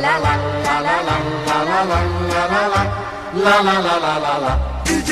la la la la la la la la la la la la la la.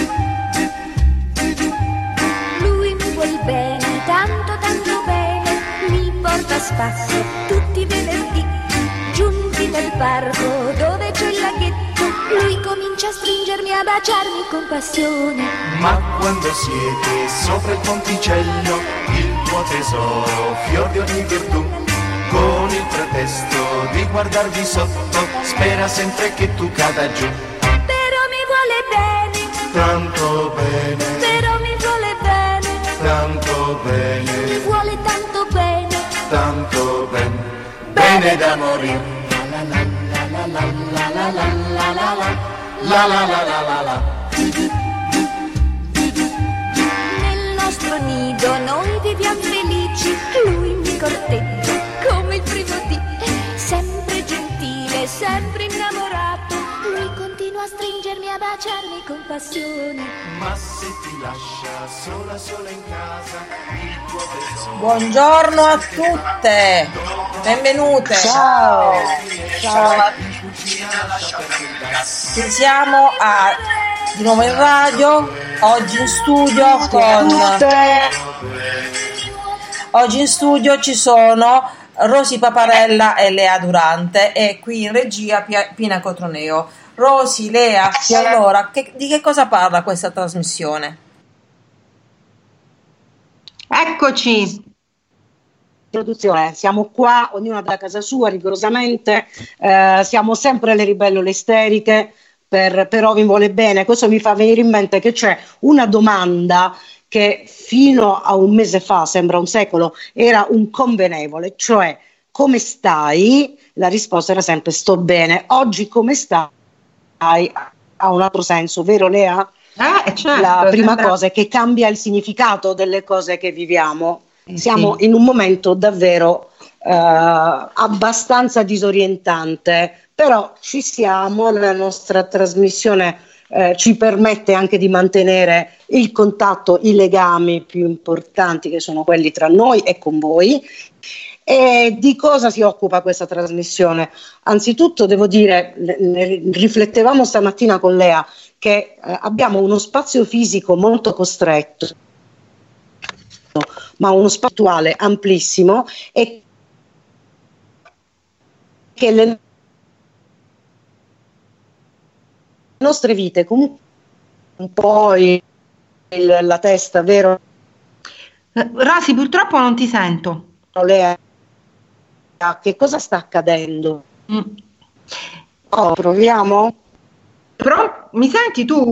Lui mi vuol bene, tanto tanto bene, mi porta a spasso tutti i venerdì, giunti nel parco dove c'è il laghetto, lui comincia a stringermi, a baciarmi con passione. Ma quando siete sopra il ponticello, il tuo tesoro, fior di ogni virtù, con il pretesto di guardarvi sotto, spera sempre che tu cada giù. Però mi vuole bene, Tanto bene, però mi vuole bene, tanto mi bene, vuole tanto bene, tanto bene, bene da morire. la la la la la la la la la la. La la la la la la. Nel nostro nido noi viviamo felici, lui mi corteggia come il primo dì, sempre gentile, sempre innamorato, lui continua a stringermi, a baciarmi con passione. Ma se ti lascia sola sola in casa, il tuo tesoro. Buongiorno a tutte, benvenute. Ciao. Ci siamo di nuovo in radio, oggi in studio ci sono Rosy Paparella e Lea Durante e qui in regia Pina Cotroneo. Rosy, Lea, allora di che cosa parla questa trasmissione? Eccoci. Introduzione. Siamo qua, ognuna da casa sua, rigorosamente, siamo sempre le ribellole isteriche, però vi vuole bene. Questo mi fa venire in mente che c'è una domanda che fino a un mese fa, sembra un secolo, era un convenevole, cioè come stai? La risposta era sempre sto bene. Oggi come stai? Ha un altro senso, vero Lea? Certo, La prima cosa è che cambia il significato delle cose che viviamo. Siamo in un momento davvero abbastanza disorientante, però ci siamo, la nostra trasmissione ci permette anche di mantenere il contatto, i legami più importanti che sono quelli tra noi e con voi. E di cosa si occupa questa trasmissione? Anzitutto devo dire, riflettevamo stamattina con Lea che abbiamo uno spazio fisico molto costretto, ma uno spazio amplissimo, e che le nostre vite comunque un po' la testa, vero? Rosy, purtroppo non ti sento. Lea, che cosa sta accadendo? Proviamo? Mi senti tu?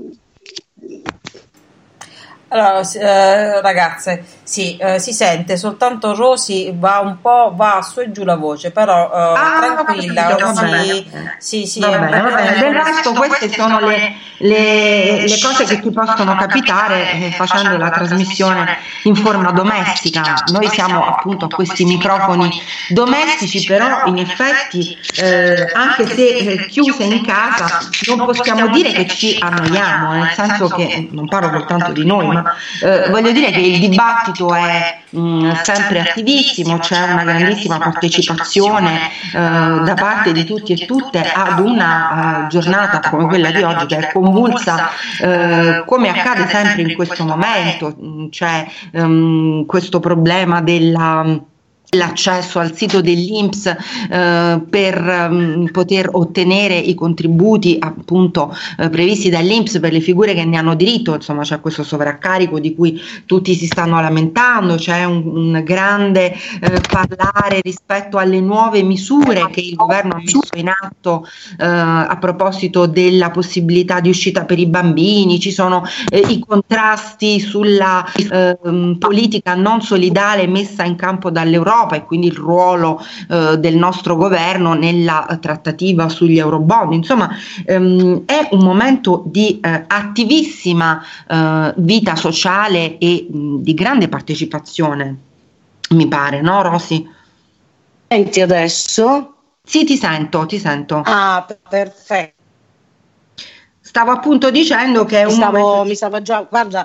Allora, ragazze, sì, si sente, soltanto Rosy va su e giù la voce, però tranquilla, sì, va bene. Del resto queste sono le cose che ti possono capitare facendo la trasmissione in forma domestica. Noi siamo appunto a questi microfoni domestici, però in effetti anche se chiuse in casa non possiamo dire che ci annoiamo, nel senso che non parlo soltanto di noi, ma voglio dire che il dibattito è sempre attivissimo, c'è una grandissima partecipazione da parte di tutti e tutte ad una giornata come quella di oggi, che è convulsa come accade sempre in questo momento. C'è questo problema dell'accesso al sito dell'INPS per poter ottenere i contributi appunto previsti dall'INPS per le figure che ne hanno diritto. Insomma, c'è questo sovraccarico di cui tutti si stanno lamentando, c'è un grande parlare rispetto alle nuove misure che il governo ha messo in atto a proposito della possibilità di uscita per i bambini. Ci sono i contrasti sulla politica non solidale messa in campo dall'Europa e quindi il ruolo del nostro governo nella trattativa sugli eurobond. Insomma, è un momento di attivissima vita sociale e di grande partecipazione, mi pare, no Rosy? Senti adesso? Sì, ti sento. Ah, perfetto. Stavo appunto dicendo che è un momento... Mi stava già, guarda.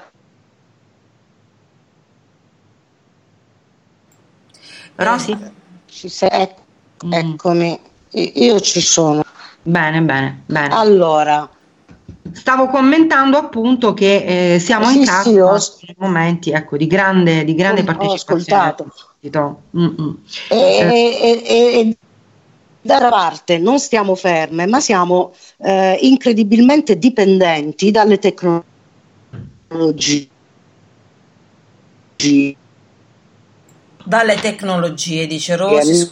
Rosy? Eccomi. Io ci sono. Bene, bene, bene. Allora, stavo commentando appunto che siamo in casa in momenti, ecco, di grande partecipazione. Ho ascoltato. E da parte non stiamo ferme, ma siamo incredibilmente dipendenti dalle tecnologie. Dalle tecnologie, dice Rosy.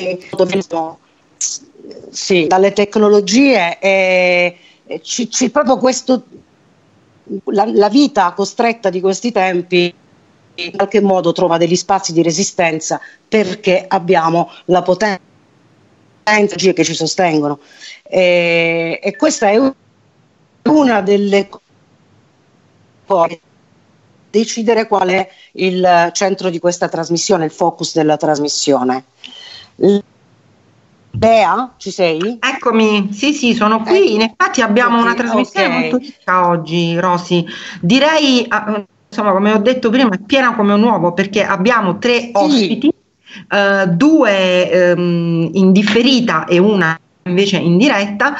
Sì, dalle tecnologie c'è proprio questo, la vita costretta di questi tempi in qualche modo trova degli spazi di resistenza perché abbiamo la potenza che ci sostengono e questa è una delle cose. Decidere qual è il centro di questa trasmissione, il focus della trasmissione. Bea, ci sei? Eccomi, sì, sono qui. In effetti abbiamo una trasmissione molto ricca oggi, Rosy. Direi, insomma, come ho detto prima, è piena come un uovo perché abbiamo 3 ospiti, 2 in differita e una invece in diretta,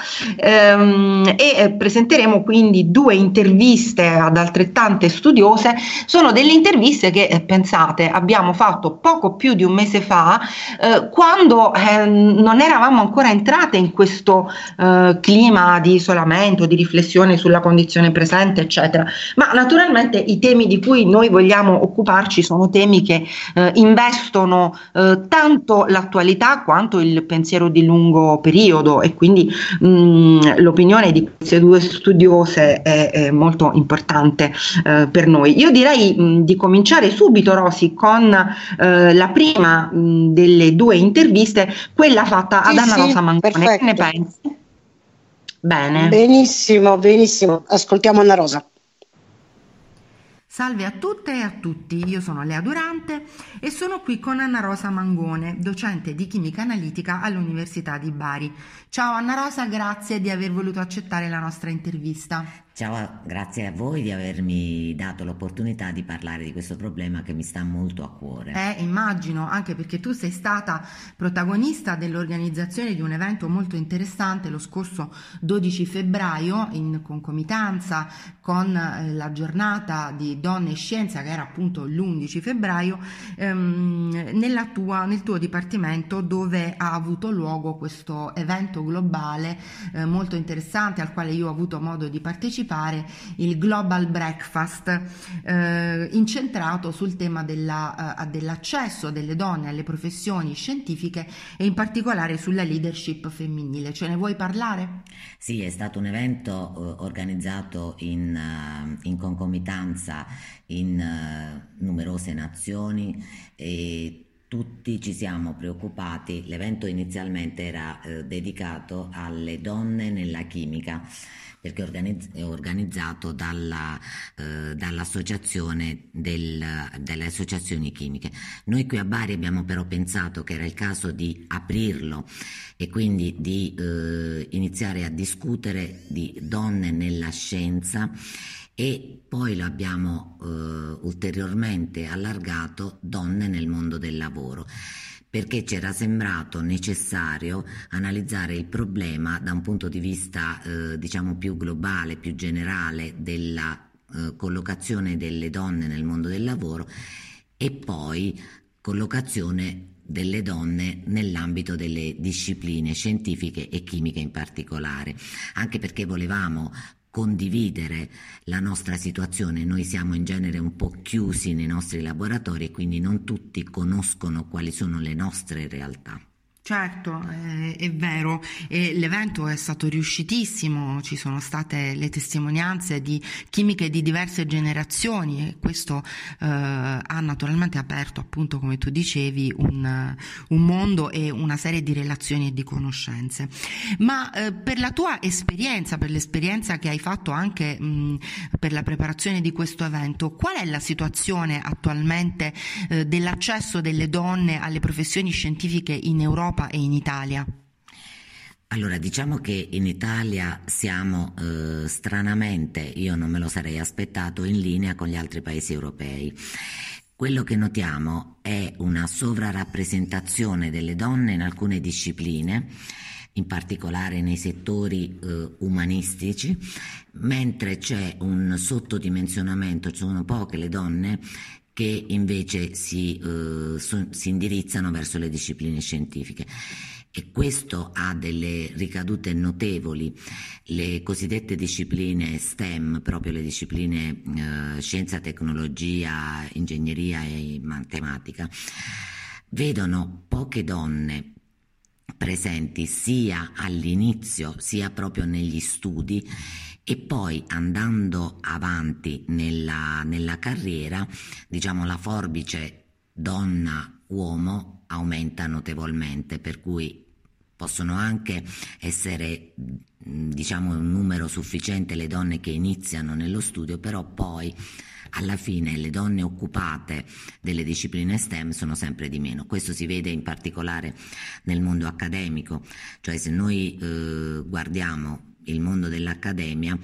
e presenteremo quindi 2 interviste ad altrettante studiose. Sono delle interviste che pensate abbiamo fatto poco più di un mese fa, quando non eravamo ancora entrate in questo clima di isolamento, di riflessione sulla condizione presente, eccetera. Ma naturalmente i temi di cui noi vogliamo occuparci sono temi che investono tanto l'attualità quanto il pensiero di lungo periodo, e quindi l'opinione di queste 2 studiose è molto importante per noi. Io direi di cominciare subito, Rosy, con la prima delle 2 interviste, quella fatta ad Anna Rosa Mangone. Perfetto. Che ne pensi? Bene. Benissimo, ascoltiamo Anna Rosa. Salve a tutte e a tutti, io sono Lea Durante e sono qui con Anna Rosa Mangone, docente di chimica analitica all'Università di Bari. Ciao Anna Rosa, grazie di aver voluto accettare la nostra intervista. Ciao, grazie a voi di avermi dato l'opportunità di parlare di questo problema che mi sta molto a cuore. Immagino, anche perché tu sei stata protagonista dell'organizzazione di un evento molto interessante lo scorso 12 febbraio in concomitanza con la giornata di Donne e Scienza, che era appunto l'11 febbraio, nel tuo dipartimento, dove ha avuto luogo questo evento globale molto interessante al quale io ho avuto modo di partecipare, il Global Breakfast, incentrato sul tema dell'accesso delle donne alle professioni scientifiche e in particolare sulla leadership femminile. Ce ne vuoi parlare? Sì, è stato un evento organizzato in concomitanza in numerose nazioni e tutti ci siamo preoccupati. L'evento inizialmente era dedicato alle donne nella chimica, perché è organizzato dall'associazione delle associazioni chimiche. Noi qui a Bari abbiamo però pensato che era il caso di aprirlo e quindi di iniziare a discutere di donne nella scienza, e poi lo abbiamo ulteriormente allargato donne nel mondo del lavoro, perché c'era sembrato necessario analizzare il problema da un punto di vista diciamo più globale, più generale, della collocazione delle donne nel mondo del lavoro e poi collocazione delle donne nell'ambito delle discipline scientifiche e chimiche in particolare, anche perché volevamo condividere la nostra situazione. Noi siamo in genere un po' chiusi nei nostri laboratori e quindi non tutti conoscono quali sono le nostre realtà. Certo, è vero, e l'evento è stato riuscitissimo, ci sono state le testimonianze di chimiche di diverse generazioni e questo ha naturalmente aperto, appunto come tu dicevi, un mondo e una serie di relazioni e di conoscenze. Ma per la tua esperienza, per l'esperienza che hai fatto anche per la preparazione di questo evento, qual è la situazione attualmente dell'accesso delle donne alle professioni scientifiche in Europa e in Italia? Allora, diciamo che in Italia siamo stranamente, io non me lo sarei aspettato, in linea con gli altri paesi europei. Quello che notiamo è una sovrarappresentazione delle donne in alcune discipline, in particolare nei settori umanistici, mentre c'è un sottodimensionamento, sono poche le donne che invece si indirizzano verso le discipline scientifiche. E questo ha delle ricadute notevoli. Le cosiddette discipline STEM, proprio le discipline scienza, tecnologia, ingegneria e matematica, vedono poche donne presenti sia all'inizio sia proprio negli studi, e poi andando avanti nella carriera, diciamo, la forbice donna-uomo aumenta notevolmente, per cui possono anche essere, diciamo, un numero sufficiente le donne che iniziano nello studio, però poi alla fine le donne occupate delle discipline STEM sono sempre di meno. Questo si vede in particolare nel mondo accademico, cioè se noi guardiamo il mondo dell'accademia,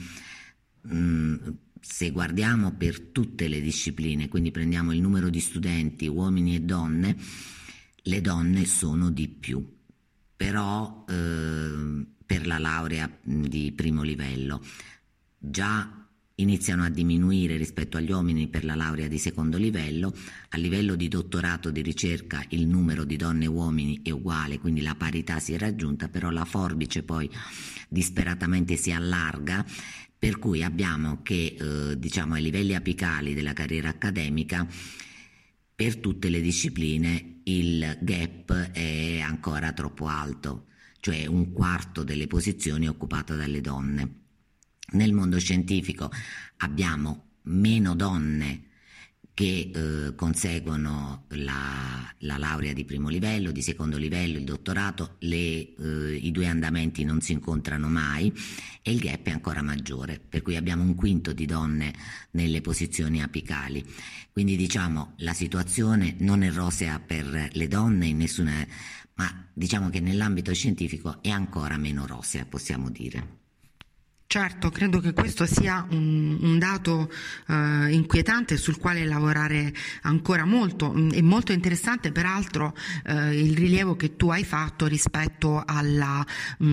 se guardiamo per tutte le discipline, quindi prendiamo il numero di studenti, uomini e donne, le donne sono di più, però per la laurea di primo livello già iniziano a diminuire rispetto agli uomini per la laurea di secondo livello. A livello di dottorato di ricerca il numero di donne e uomini è uguale, quindi la parità si è raggiunta, però la forbice poi disperatamente si allarga, per cui abbiamo che diciamo ai livelli apicali della carriera accademica per tutte le discipline il gap è ancora troppo alto, cioè un quarto delle posizioni occupate dalle donne. Nel mondo scientifico abbiamo meno donne che conseguono la laurea di primo livello, di secondo livello, il dottorato, i due andamenti non si incontrano mai e il gap è ancora maggiore, per cui abbiamo un quinto di donne nelle posizioni apicali. Quindi diciamo la situazione non è rosea per le donne in nessuna, ma diciamo che nell'ambito scientifico è ancora meno rosea, possiamo dire. Certo, credo che questo sia un dato inquietante sul quale lavorare ancora molto. È molto interessante peraltro il rilievo che tu hai fatto rispetto alla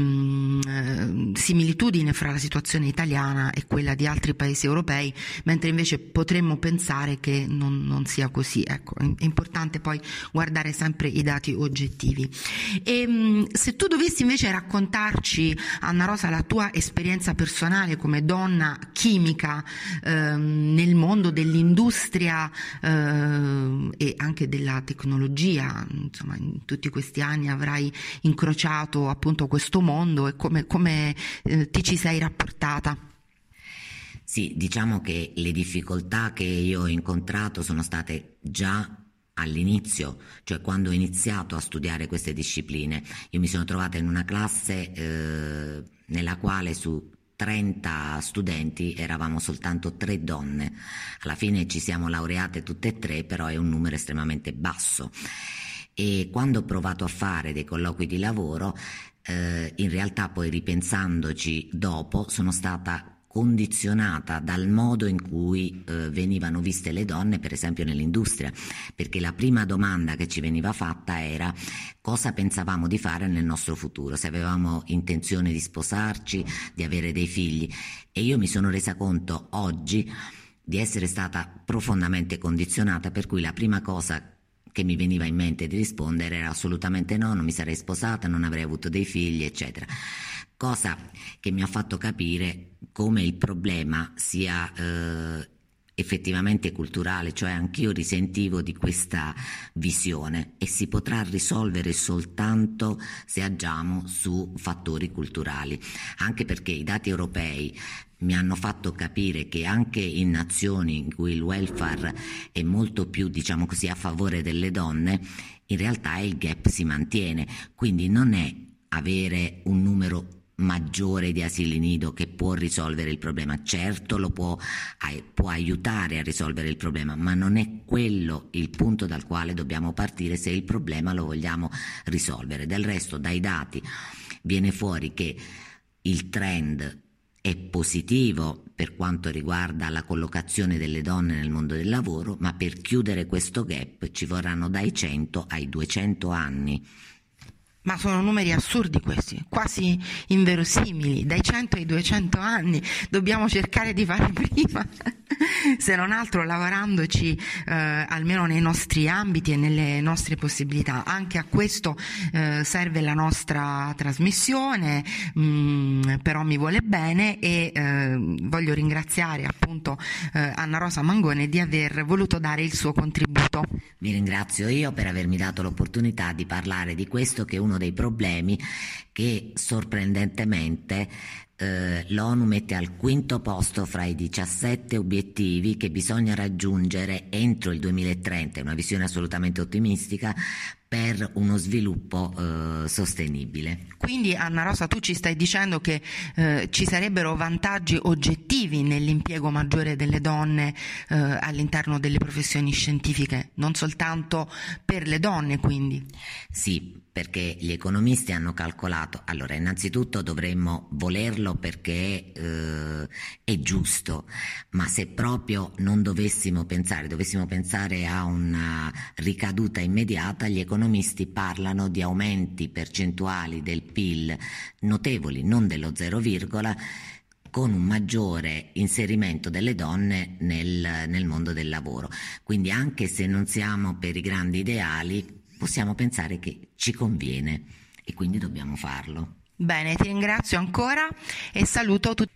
similitudine fra la situazione italiana e quella di altri paesi europei, mentre invece potremmo pensare che non sia così. Ecco, è importante poi guardare sempre i dati oggettivi. E se tu dovessi invece raccontarci, Anna Rosa, la tua esperienza personale come donna chimica nel mondo dell'industria e anche della tecnologia, insomma, in tutti questi anni avrai incrociato appunto questo mondo, e come ti ci sei rapportata? Sì, diciamo che le difficoltà che io ho incontrato sono state già all'inizio, cioè quando ho iniziato a studiare queste discipline. Io mi sono trovata in una classe nella quale su 30 studenti eravamo soltanto 3 donne. Alla fine ci siamo laureate tutte e 3, però è un numero estremamente basso. E quando ho provato a fare dei colloqui di lavoro, in realtà poi ripensandoci dopo, sono stata condizionata dal modo in cui venivano viste le donne, per esempio nell'industria, perché la prima domanda che ci veniva fatta era cosa pensavamo di fare nel nostro futuro, se avevamo intenzione di sposarci, di avere dei figli, e io mi sono resa conto oggi di essere stata profondamente condizionata, per cui la prima cosa che mi veniva in mente di rispondere era assolutamente no, non mi sarei sposata, non avrei avuto dei figli, eccetera. Cosa che mi ha fatto capire come il problema sia effettivamente culturale, cioè anch'io risentivo di questa visione, e si potrà risolvere soltanto se agiamo su fattori culturali, anche perché i dati europei mi hanno fatto capire che anche in nazioni in cui il welfare è molto più, diciamo così, a favore delle donne, in realtà il gap si mantiene, quindi non è avere un numero maggiore di asili nido che può risolvere il problema. Certo lo può aiutare a risolvere il problema, ma non è quello il punto dal quale dobbiamo partire se il problema lo vogliamo risolvere. Del resto dai dati viene fuori che il trend è positivo per quanto riguarda la collocazione delle donne nel mondo del lavoro, ma per chiudere questo gap ci vorranno dai 100 ai 200 anni. Ma sono numeri assurdi questi, quasi inverosimili, dai 100 ai 200 anni, dobbiamo cercare di fare prima, se non altro lavorandoci almeno nei nostri ambiti e nelle nostre possibilità. Anche a questo serve la nostra trasmissione, però mi vuole bene, e voglio ringraziare appunto Anna Rosa Mangone di aver voluto dare il suo contributo. Vi ringrazio io per avermi dato l'opportunità di parlare di questo, che è uno dei problemi che sorprendentemente l'ONU mette al 5° posto fra i 17 obiettivi che bisogna raggiungere entro il 2030, una visione assolutamente ottimistica per uno sviluppo sostenibile. Quindi Anna Rosa, tu ci stai dicendo che ci sarebbero vantaggi oggettivi nell'impiego maggiore delle donne all'interno delle professioni scientifiche, non soltanto per le donne, quindi? Sì, perché gli economisti hanno calcolato, allora innanzitutto dovremmo volerlo perché è giusto, ma se proprio non dovessimo pensare a una ricaduta immediata, gli economisti parlano di aumenti percentuali del PIL notevoli, non dello 0, con un maggiore inserimento delle donne nel mondo del lavoro. Quindi anche se non siamo per i grandi ideali, possiamo pensare che ci conviene e quindi dobbiamo farlo. Bene, ti ringrazio ancora e saluto tutti.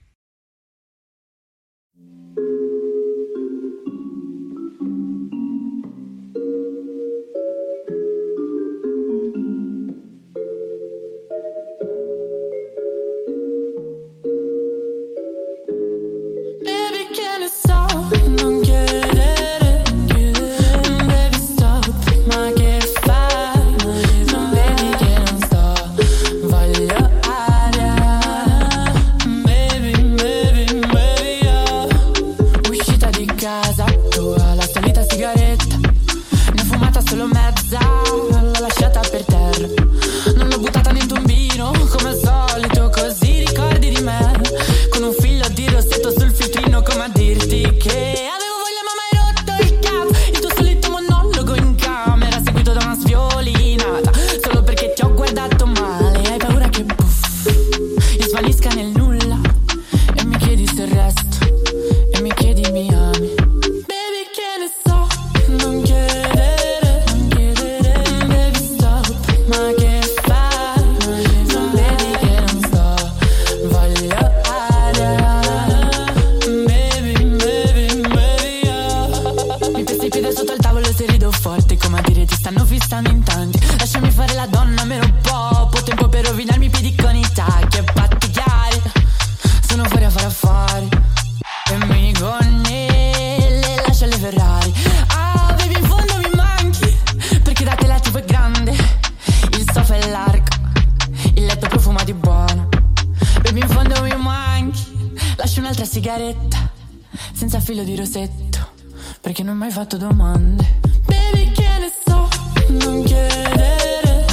Senza filo di rosetto, perché non mi hai fatto domande. Baby, che ne so, non chiedere,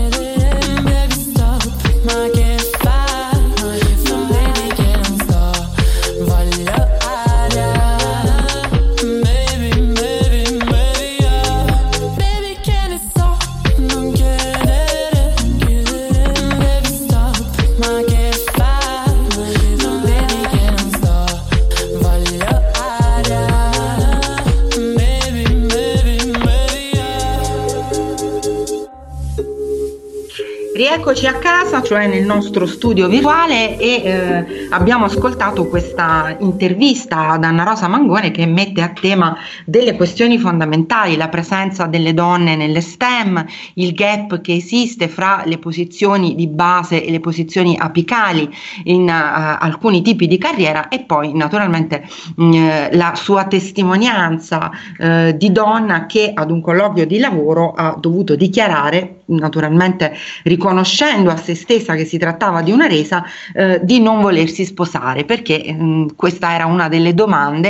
baby stop, ma che fai? Non vedi che non sto, voglio aria. Baby, baby, che ne so, non chiedere, baby stop, ma che fai? Non vedi che non sto, voglio aria. Rieccoci a casa, cioè nel nostro studio virtuale, e abbiamo ascoltato questa intervista ad Anna Rosa Mangone che mette a tema delle questioni fondamentali: la presenza delle donne nelle STEM, il gap che esiste fra le posizioni di base e le posizioni apicali in alcuni tipi di carriera, e poi naturalmente la sua testimonianza di donna che ad un colloquio di lavoro ha dovuto dichiarare, naturalmente riconoscendo a se stessa che si trattava di una resa, di non volersi sposare, perché questa era una delle domande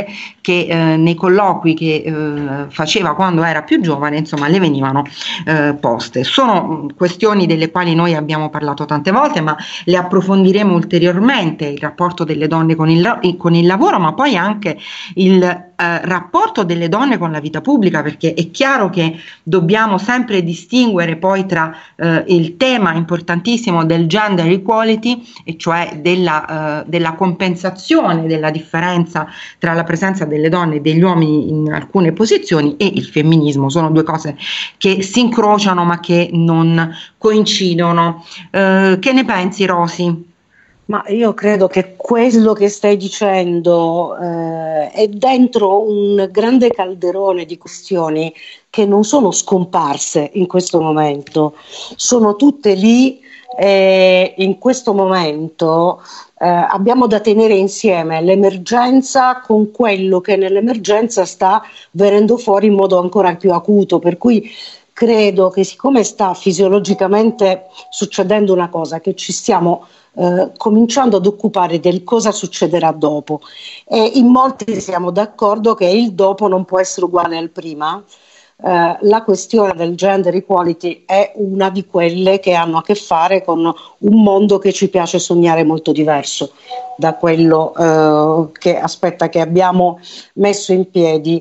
che nei colloqui che faceva quando era più giovane, insomma, le venivano poste. Sono questioni delle quali noi abbiamo parlato tante volte, ma le approfondiremo ulteriormente, il rapporto delle donne con il lavoro, ma poi anche il rapporto delle donne con la vita pubblica, perché è chiaro che dobbiamo sempre distinguere poi tra il tema importantissimo del gender equality, e cioè della compensazione della differenza tra la presenza delle donne e degli uomini in alcune posizioni, e il femminismo. Sono due cose che si incrociano ma che non coincidono. Che ne pensi, Rosy? Ma io credo che quello che stai dicendo è dentro un grande calderone di questioni che non sono scomparse in questo momento, sono tutte lì, e in questo momento abbiamo da tenere insieme l'emergenza con quello che nell'emergenza sta venendo fuori in modo ancora più acuto, per cui credo che, siccome sta fisiologicamente succedendo una cosa, che ci stiamo cominciando ad occupare del cosa succederà dopo, e in molti siamo d'accordo che il dopo non può essere uguale al prima. La questione del gender equality è una di quelle che hanno a che fare con un mondo che ci piace sognare molto diverso da quello che abbiamo messo in piedi.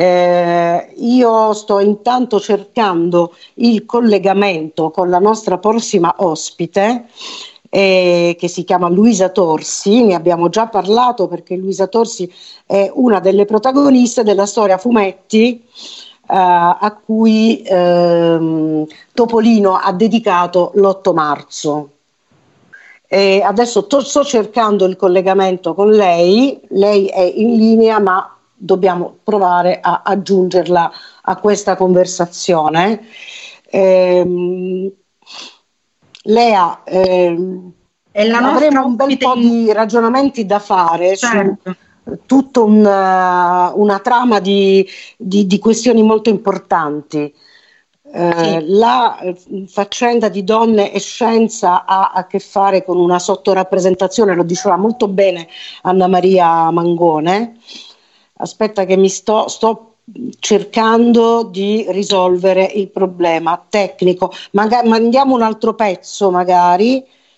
Io sto intanto cercando il collegamento con la nostra prossima ospite, che si chiama Luisa Torsi. Ne abbiamo già parlato perché Luisa Torsi è una delle protagoniste della storia fumetti a cui Topolino ha dedicato l'8 marzo. E adesso sto cercando il collegamento con lei è in linea, ma dobbiamo provare a aggiungerla a questa conversazione. Lea, avremo un bel po' di ragionamenti da fare, certo, su tutta una trama di questioni molto importanti. Sì. La faccenda di donne e scienza ha a che fare con una sottorappresentazione, lo diceva molto bene Anna Maria Mangone. Aspetta che sto cercando di risolvere il problema tecnico. Mandiamo un altro pezzo magari.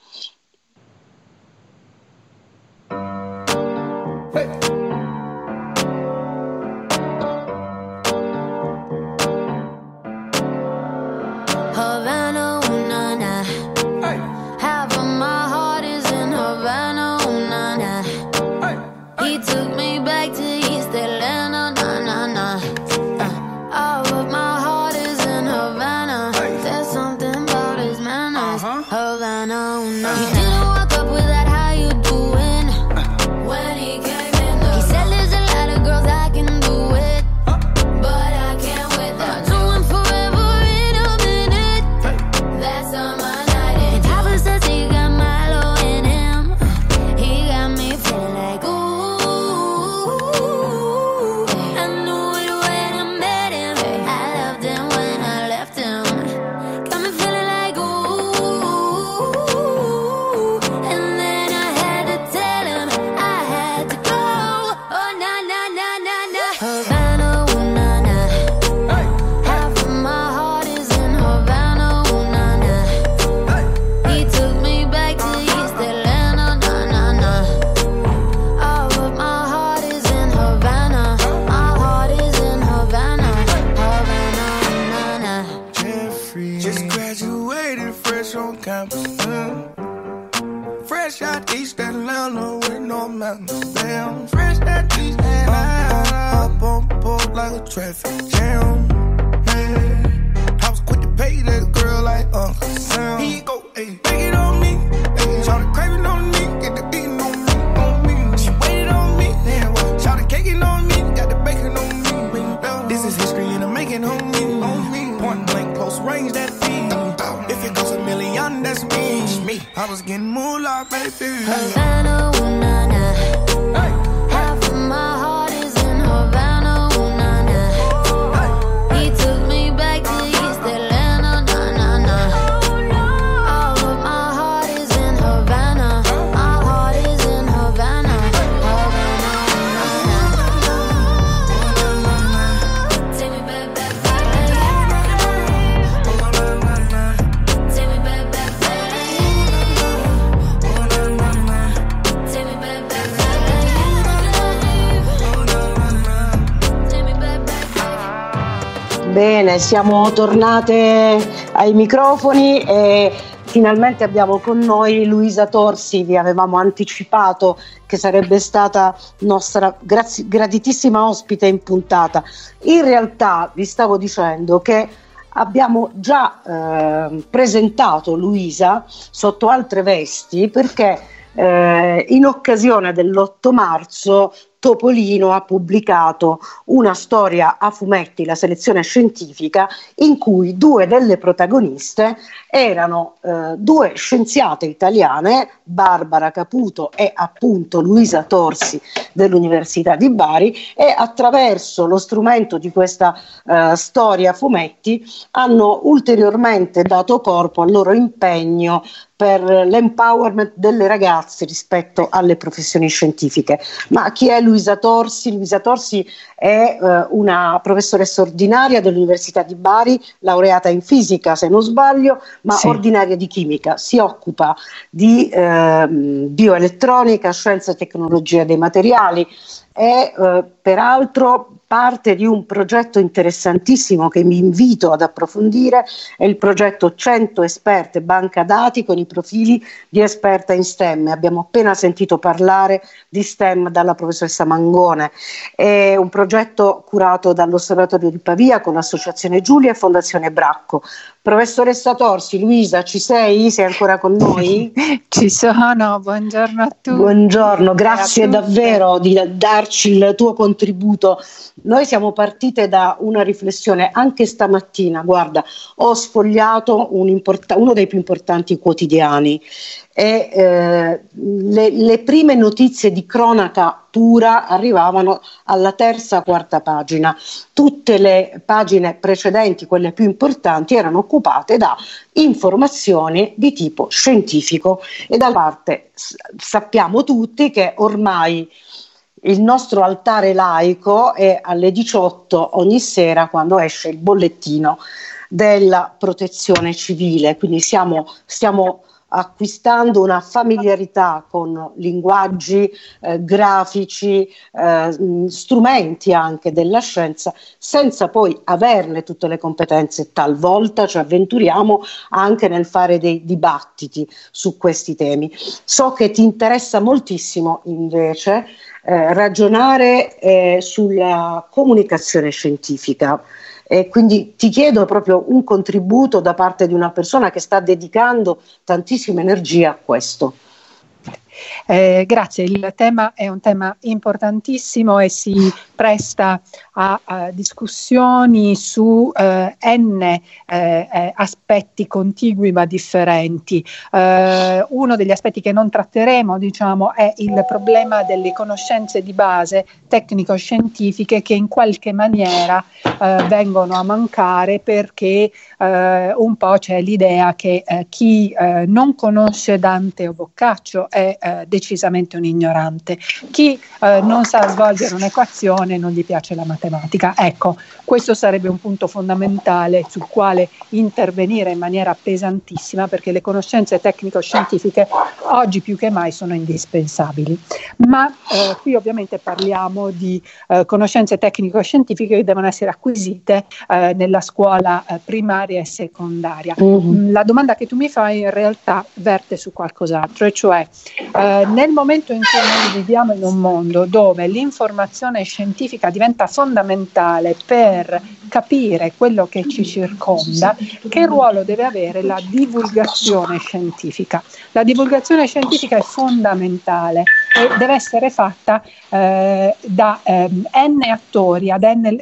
Havana, ooh, na, na. Half of my heart is in Havana, ooh, na, na. He took me back to East Atlanta, na, na, na. All of my heart is in Havana. There's something about his manners. Havana, ooh, na, na. He didn't walk up with that, how you doing? When he came in the, he said there's a lot of girls I can do it, but I can't with that. Doing forever in a minute. That's on my night. And Papa says he got Milo in him. He got me feeling like ooh. I knew it when I met him. I loved him when I left him. Got me feeling like ooh. And then I had to tell him I had to go. Oh na na na na na. Havana, ooh, na na. Half of my heart is in Havana, ooh, na na. He took me back to East Atlanta, na na na. All of my heart is in Havana. My heart is in Havana, Havana, na na. Jeffrey just graduated fresh on campus. Fresh out East Atlanta with no mountains. Damn, fresh out East Atlanta. Up on board like a traffic jam. Yeah. I was quick to pay that girl like Uncle Sam. Here you go, ayy, take it on me. Ayy, shout the craving on me, get the beating on me, on me. She waited on me, damn, shout the caking on me, got the bacon on me. This is history and I'm making on me, on me. Point blank, close range, that feed. If it goes a million, that's me. I was getting moolah, baby. Havana, ooh, na na. Half of my heart is in Havana, ooh, na na. He took me back to East Atlanta, na na na. All of my heart is in Havana. My heart is in Havana, Havana, na na. Bene, siamo tornate ai microfoni e finalmente abbiamo con noi Luisa Torsi. Vi avevamo anticipato che sarebbe stata nostra graditissima ospite in puntata. In realtà vi stavo dicendo che abbiamo già presentato Luisa sotto altre vesti, perché in occasione dell'8 marzo Topolino ha pubblicato una storia a fumetti, la selezione scientifica, in cui due delle protagoniste erano due scienziate italiane, Barbara Caputo e appunto Luisa Torsi dell'Università di Bari, e attraverso lo strumento di questa storia a fumetti hanno ulteriormente dato corpo al loro impegno per l'empowerment delle ragazze rispetto alle professioni scientifiche. Ma chi è Luisa Torsi? Luisa Torsi è una professoressa ordinaria dell'Università di Bari, laureata in fisica se non sbaglio, ma sì, ordinaria di chimica. Si occupa di bioelettronica, scienza e tecnologia dei materiali e peraltro parte di un progetto interessantissimo che mi invito ad approfondire, è il progetto 100 esperte banca dati con i profili di esperta in STEM. Abbiamo appena sentito parlare di STEM dalla professoressa Mangone. È un progetto curato dall'Osservatorio di Pavia con l'Associazione Giulia e Fondazione Bracco. Professoressa Torsi, Luisa, ci sei? Sei ancora con noi? Ci sono, buongiorno a tutti. Buongiorno, grazie davvero di darci il tuo contributo. Noi siamo partite da una riflessione, anche stamattina, guarda, ho sfogliato uno dei più importanti quotidiani e le prime notizie di cronaca pura arrivavano alla terza, quarta pagina. Tutte le pagine precedenti, quelle più importanti, erano occupate da informazioni di tipo scientifico e da parte sappiamo tutti che ormai il nostro altare laico è alle 18 ogni sera, quando esce il bollettino della protezione civile, quindi stiamo acquistando una familiarità con linguaggi grafici, strumenti anche della scienza, senza poi averne tutte le competenze. Talvolta ci avventuriamo anche nel fare dei dibattiti su questi temi. So che ti interessa moltissimo invece ragionare sulla comunicazione scientifica. E quindi ti chiedo proprio un contributo da parte di una persona che sta dedicando tantissima energia a questo. Grazie, il tema è un tema importantissimo e si presta a discussioni su n aspetti contigui ma differenti. Uno degli aspetti che non tratteremo, diciamo, è il problema delle conoscenze di base tecnico-scientifiche che in qualche maniera vengono a mancare, perché un po' c'è l'idea che chi non conosce Dante o Boccaccio è decisamente un ignorante. Chi non sa svolgere un'equazione non gli piace la matematica. Ecco, questo sarebbe un punto fondamentale sul quale intervenire in maniera pesantissima, perché le conoscenze tecnico-scientifiche oggi più che mai sono indispensabili. Ma qui ovviamente parliamo di conoscenze tecnico-scientifiche che devono essere acquisite nella scuola primaria e secondaria. La domanda che tu mi fai in realtà verte su qualcos'altro, e cioè nel momento in cui noi viviamo in un mondo dove l'informazione scientifica diventa fondamentale per capire quello che ci circonda, che ruolo deve avere la divulgazione scientifica? La divulgazione scientifica è fondamentale e deve essere fatta da n attori ad n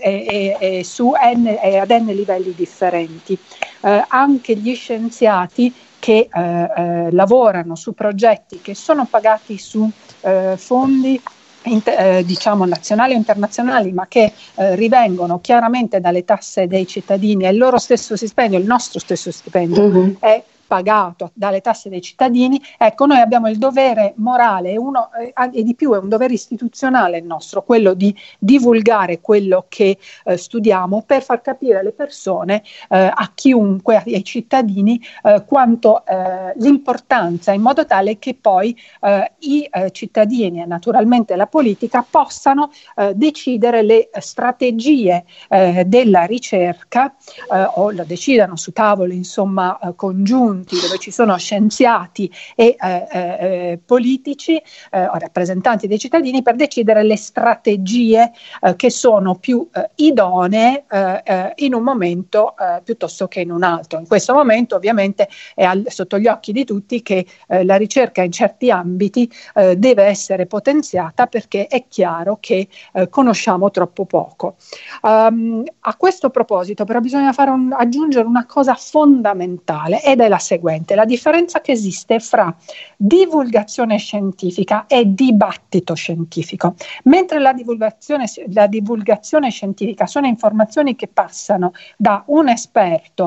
livelli differenti. Anche gli scienziati che lavorano su progetti che sono pagati su fondi diciamo nazionali o internazionali, ma che rivengono chiaramente dalle tasse dei cittadini, e il loro stesso stipendio, il nostro stesso stipendio è pagato dalle tasse dei cittadini, ecco, noi abbiamo il dovere morale e di più è un dovere istituzionale il nostro, quello di divulgare quello che studiamo per far capire alle persone, a chiunque, ai cittadini, quanto l'importanza, in modo tale che poi i cittadini e naturalmente la politica possano decidere le strategie della ricerca, o lo decidano su tavoli insomma congiunti dove ci sono scienziati e politici o rappresentanti dei cittadini, per decidere le strategie che sono più idonee in un momento piuttosto che in un altro. In questo momento ovviamente è sotto gli occhi di tutti che la ricerca in certi ambiti deve essere potenziata, perché è chiaro che conosciamo troppo poco. A questo proposito però bisogna aggiungere una cosa fondamentale, ed è la seguente: la differenza che esiste fra divulgazione scientifica e dibattito scientifico. Mentre la divulgazione scientifica sono informazioni che passano da un esperto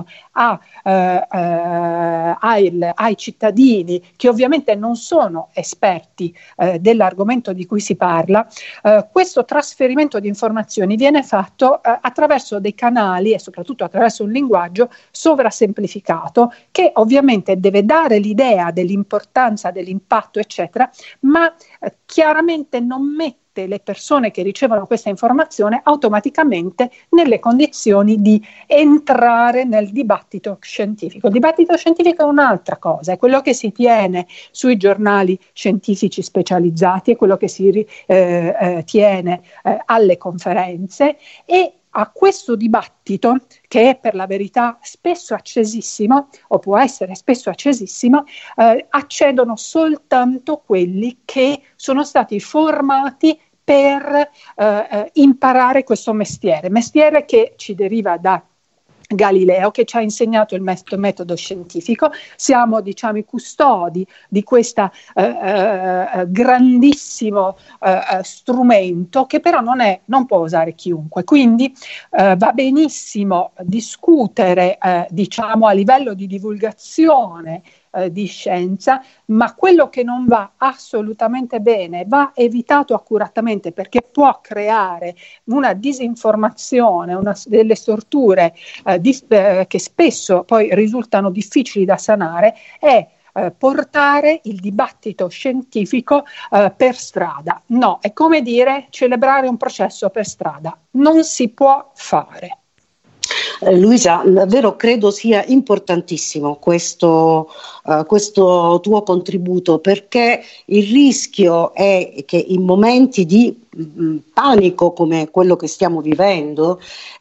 ai cittadini, che ovviamente non sono esperti dell'argomento di cui si parla, questo trasferimento di informazioni viene fatto attraverso dei canali e soprattutto attraverso un linguaggio sovrasemplificato, che ovviamente deve dare l'idea dell'importanza, dell'impatto, eccetera, ma chiaramente non mette le persone che ricevono questa informazione automaticamente nelle condizioni di entrare nel dibattito scientifico. Il dibattito scientifico è un'altra cosa, è quello che si tiene sui giornali scientifici specializzati, è quello che si tiene alle conferenze, e a questo dibattito, che è per la verità spesso accesissimo, o può essere spesso accesissimo, accedono soltanto quelli che sono stati formati per imparare questo mestiere che ci deriva da Galileo, che ci ha insegnato il metodo scientifico. Siamo, diciamo, i custodi di questo grandissimo strumento, che però non può usare chiunque. Quindi va benissimo discutere, diciamo, a livello di divulgazione di scienza, ma quello che non va assolutamente bene va evitato accuratamente, perché può creare una disinformazione, delle storture che spesso poi risultano difficili da sanare, e portare il dibattito scientifico per strada. No, è come dire celebrare un processo per strada. Non si può fare. Luisa, davvero credo sia importantissimo questo tuo contributo, perché il rischio è che in momenti di panico come quello che stiamo vivendo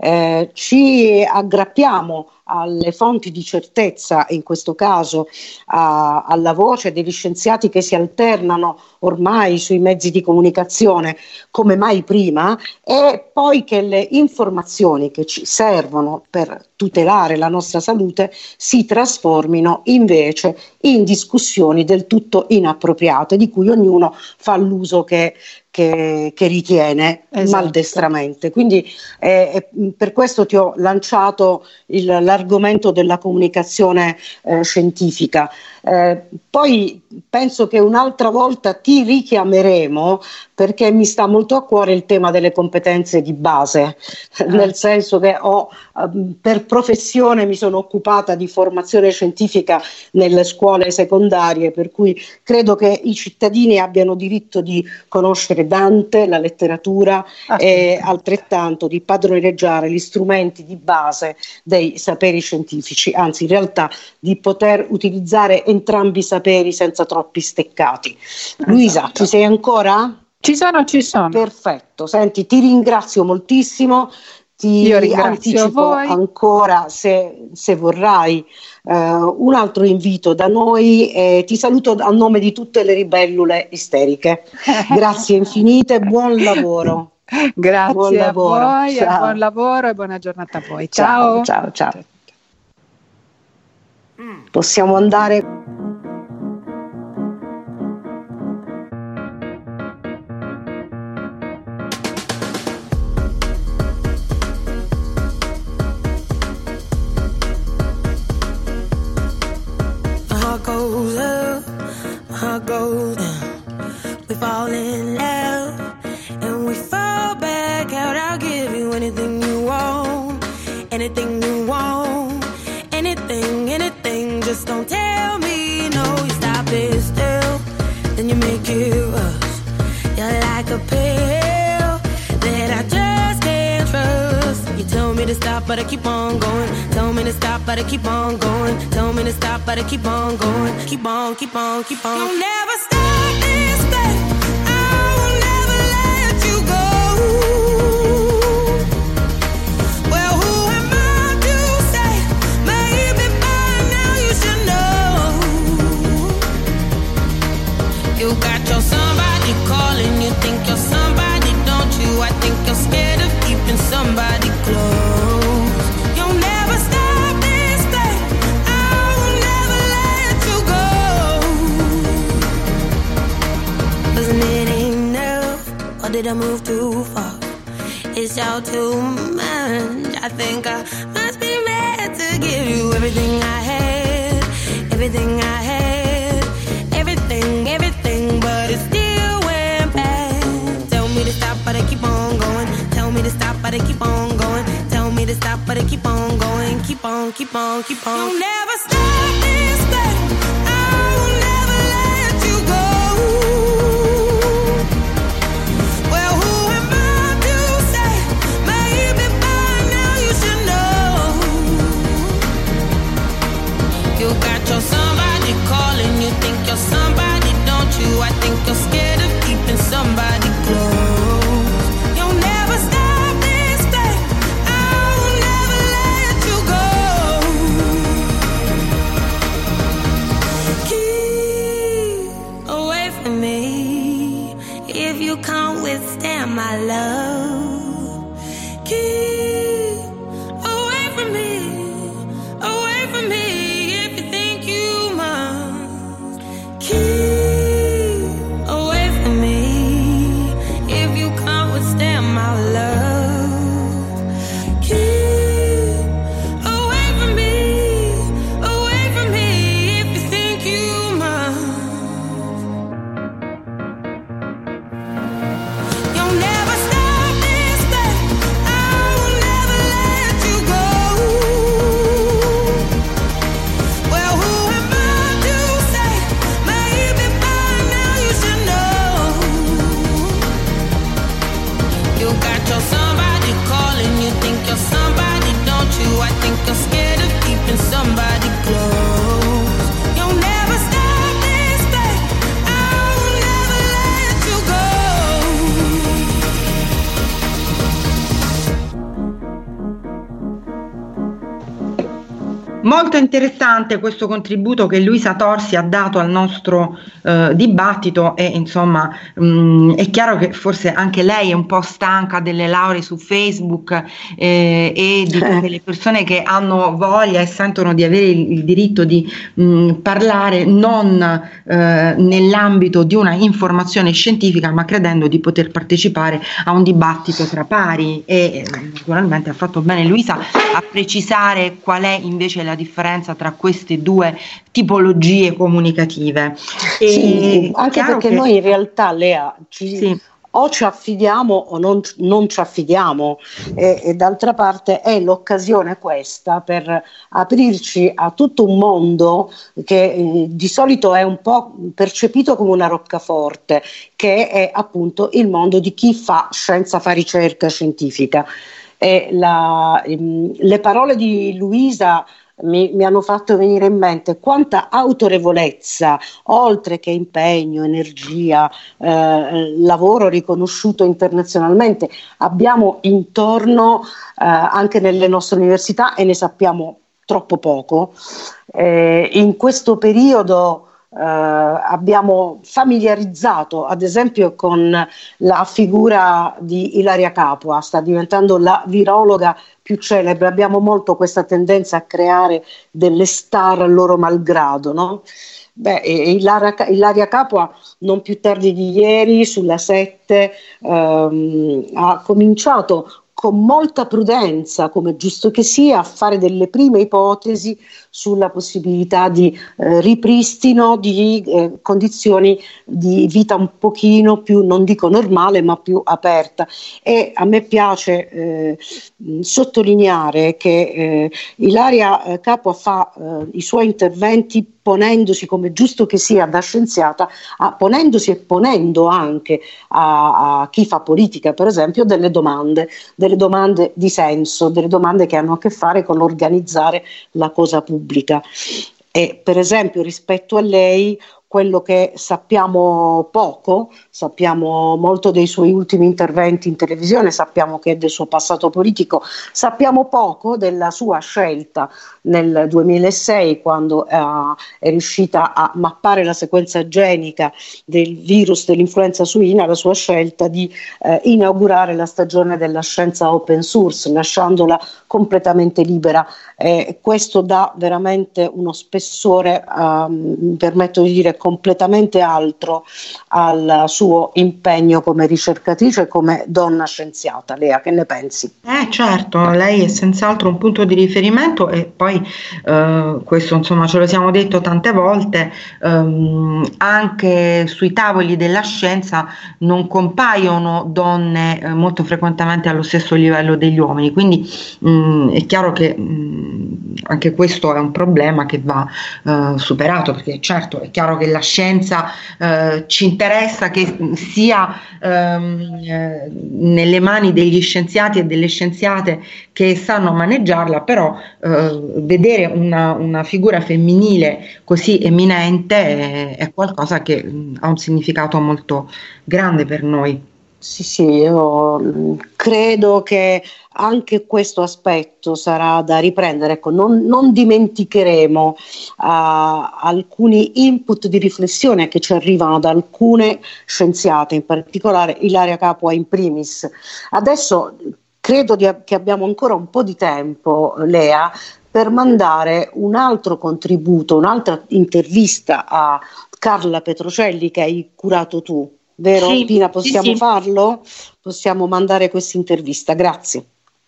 ci aggrappiamo alle fonti di certezza, in questo caso alla voce degli scienziati che si alternano ormai sui mezzi di comunicazione come mai prima, e poi che le informazioni che ci servono per tutelare la nostra salute si trasformino invece in discussioni del tutto inappropriate, di cui ognuno fa l'uso che ritiene, esatto, maldestramente. Quindi per questo ti ho lanciato l'argomento della comunicazione scientifica. Poi penso che un'altra volta ti richiameremo, perché mi sta molto a cuore il tema delle competenze di base, nel senso che per professione mi sono occupata di formazione scientifica nelle scuole secondarie, per cui credo che i cittadini abbiano diritto di conoscere Dante, la letteratura, e altrettanto di padroneggiare gli strumenti di base dei saperi scientifici, anzi in realtà di poter utilizzare entrambi i saperi senza troppi steccati. Luisa, esatto. Ci sei ancora? Ci sono. Perfetto, senti, ti ringrazio moltissimo. Io ringrazio voi ancora, se vorrai, un altro invito da noi, e ti saluto a nome di tutte le libellule isteriche. Grazie infinite, buon lavoro. Grazie buon lavoro. A voi, buon lavoro e buona giornata a voi. Ciao. Ciao. Possiamo andare. anything you want. Anything, anything, just don't tell me no. You stop it still, then you make it rush. You're like a pill that I just can't trust. You tell me to stop, but I keep on going. Tell me to stop, but I keep on going. Tell me to stop, but I keep on going. Keep on, keep on, keep on. You'll never stop this thing. I will never let you go. Well, who am I to say? Maybe by now you should know. You got your somebody calling. You think you're somebody, don't you? I think you're scared of keeping somebody close. You'll never stop this thing. I will never let you go. 'Cause it ain't enough, or did I move too far? It's all too much. I think I must be meant to give you everything I had, everything I had, everything, everything, but it still went bad. Tell me to stop, but I keep on going. Tell me to stop, but I keep on going. Tell me to stop, but I keep on going. Keep on, keep on, keep on. You'll never stop this thing. I will never let you go. Well, who am I to say? Maybe by now you should know. You got your somebody calling. You think you're somebody, don't you? I think you're scared of keeping somebody close. You'll never stop this thing. I will never let you go. Keep away from me if you can't withstand my love. Keep away from me if you think you must. Keep away from me if you can't withstand my love. Keep away from me if you think you must. You'll never stop this thing. I will never let you go. Well, who am I to say? Maybe by now you should know. You got your somebody calling. You think you're somebody, don't you? I think you're scared of keeping somebody close. You'll never stop this thing. I will never let you go. Molto interessante questo contributo che Luisa Torsi ha dato al nostro dibattito, e insomma è chiaro che forse anche lei è un po' stanca delle lauree su Facebook e di tutte le persone che hanno voglia e sentono di avere il diritto di parlare non nell'ambito di una informazione scientifica, ma credendo di poter partecipare a un dibattito tra pari. E naturalmente ha fatto bene Luisa a precisare qual è invece la differenza tra queste due tipologie comunicative. Sì, anche perché noi in realtà, Lea, o ci affidiamo o non ci affidiamo, e d'altra parte è l'occasione questa per aprirci a tutto un mondo che di solito è un po' percepito come una roccaforte, che è appunto il mondo di chi fa scienza, fa ricerca scientifica. E le parole di Luisa mi hanno fatto venire in mente quanta autorevolezza, oltre che impegno, energia, lavoro riconosciuto internazionalmente, abbiamo intorno anche nelle nostre università, e ne sappiamo troppo poco. In questo periodo abbiamo familiarizzato ad esempio con la figura di Ilaria Capua, sta diventando la virologa più celebre. Abbiamo molto questa tendenza a creare delle star a loro malgrado, no? Ilaria Capua non più tardi di ieri sulla 7 ha cominciato con molta prudenza, come giusto che sia, a fare delle prime ipotesi sulla possibilità di ripristino di condizioni di vita un pochino più, non dico normale, ma più aperta. E a me piace sottolineare che Ilaria Capua fa i suoi interventi ponendosi, come giusto che sia da scienziata, ponendosi e ponendo anche a chi fa politica, per esempio, delle domande di senso, delle domande che hanno a che fare con l'organizzare la cosa pubblica. E per esempio rispetto a lei, quello che sappiamo poco, sappiamo molto dei suoi ultimi interventi in televisione, sappiamo che del suo passato politico, sappiamo poco della sua scelta nel 2006, quando è riuscita a mappare la sequenza genica del virus dell'influenza suina, la sua scelta di inaugurare la stagione della scienza open source, lasciandola completamente libera. Questo dà veramente uno spessore, mi permetto di dire, completamente altro al suo impegno come ricercatrice, come donna scienziata. Lea, che ne pensi? Certo, lei è senz'altro un punto di riferimento, e poi questo insomma ce lo siamo detto tante volte, anche sui tavoli della scienza non compaiono donne molto frequentemente allo stesso livello degli uomini, quindi è chiaro che anche questo è un problema che va superato, perché certo è chiaro che la scienza ci interessa che sia nelle mani degli scienziati e delle scienziate che sanno maneggiarla, però vedere una figura femminile così eminente è qualcosa che ha un significato molto grande per noi. Sì, io credo che anche questo aspetto sarà da riprendere. Ecco, non dimenticheremo alcuni input di riflessione che ci arrivano da alcune scienziate, in particolare Ilaria Capua in primis. Adesso credo che abbiamo ancora un po' di tempo, Lea, per mandare un altro contributo, un'altra intervista a Carla Petrocelli che hai curato tu. Vero, sì, Pina? Possiamo sì. farlo? Possiamo mandare questa intervista, grazie.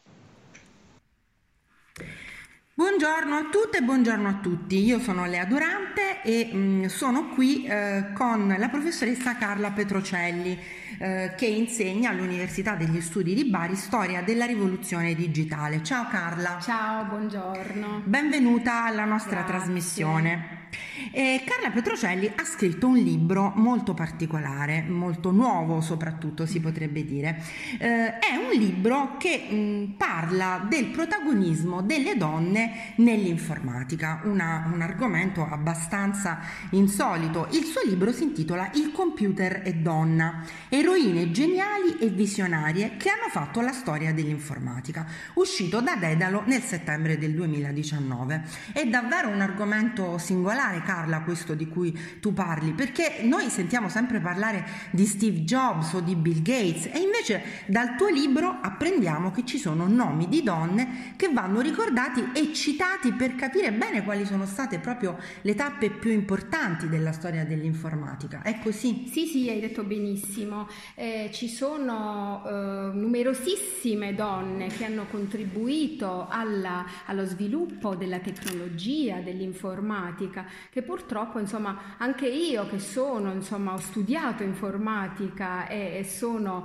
Buongiorno a tutte e buongiorno a tutti, io sono Lea Durante e sono qui con la professoressa Carla Petrocelli che insegna all'Università degli Studi di Bari Storia della Rivoluzione Digitale. Ciao Carla. Ciao, buongiorno. Benvenuta alla nostra trasmissione. Carla Petrocelli ha scritto un libro molto particolare, molto nuovo soprattutto si potrebbe dire. È un libro che parla del protagonismo delle donne nell'informatica, un argomento abbastanza insolito. Il suo libro si intitola Il computer e donna, eroine geniali e visionarie che hanno fatto la storia dell'informatica, uscito da Dedalo nel settembre del 2019. È davvero un argomento singolare, Carla, questo di cui tu parli, perché noi sentiamo sempre parlare di Steve Jobs o di Bill Gates e invece dal tuo libro apprendiamo che ci sono nomi di donne che vanno ricordati e citati per capire bene quali sono state proprio le tappe più importanti della storia dell'informatica. È così? Sì, hai detto benissimo. Ci sono numerosissime donne che hanno contribuito allo sviluppo della tecnologia, dell'informatica, che purtroppo insomma anche io che sono ho studiato informatica e sono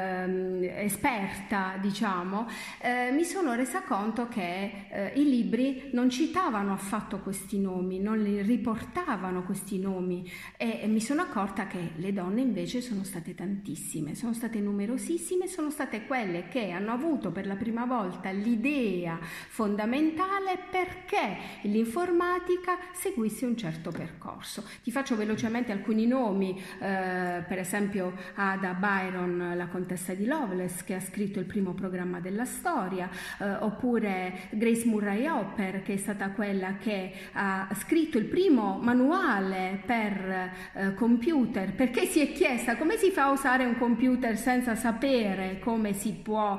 esperta, diciamo, mi sono resa conto che i libri non citavano affatto questi nomi, non li riportavano questi nomi e mi sono accorta che le donne invece sono state tantissime, sono state numerosissime, sono state quelle che hanno avuto per la prima volta l'idea fondamentale perché l'informatica seguisse un certo percorso. Ti faccio velocemente alcuni nomi, per esempio Ada Byron, la contessa di Loveless, che ha scritto il primo programma della storia, oppure Grace Murray Hopper, che è stata quella che ha scritto il primo manuale per computer, perché si è chiesta come si fa a usare un computer senza sapere come si può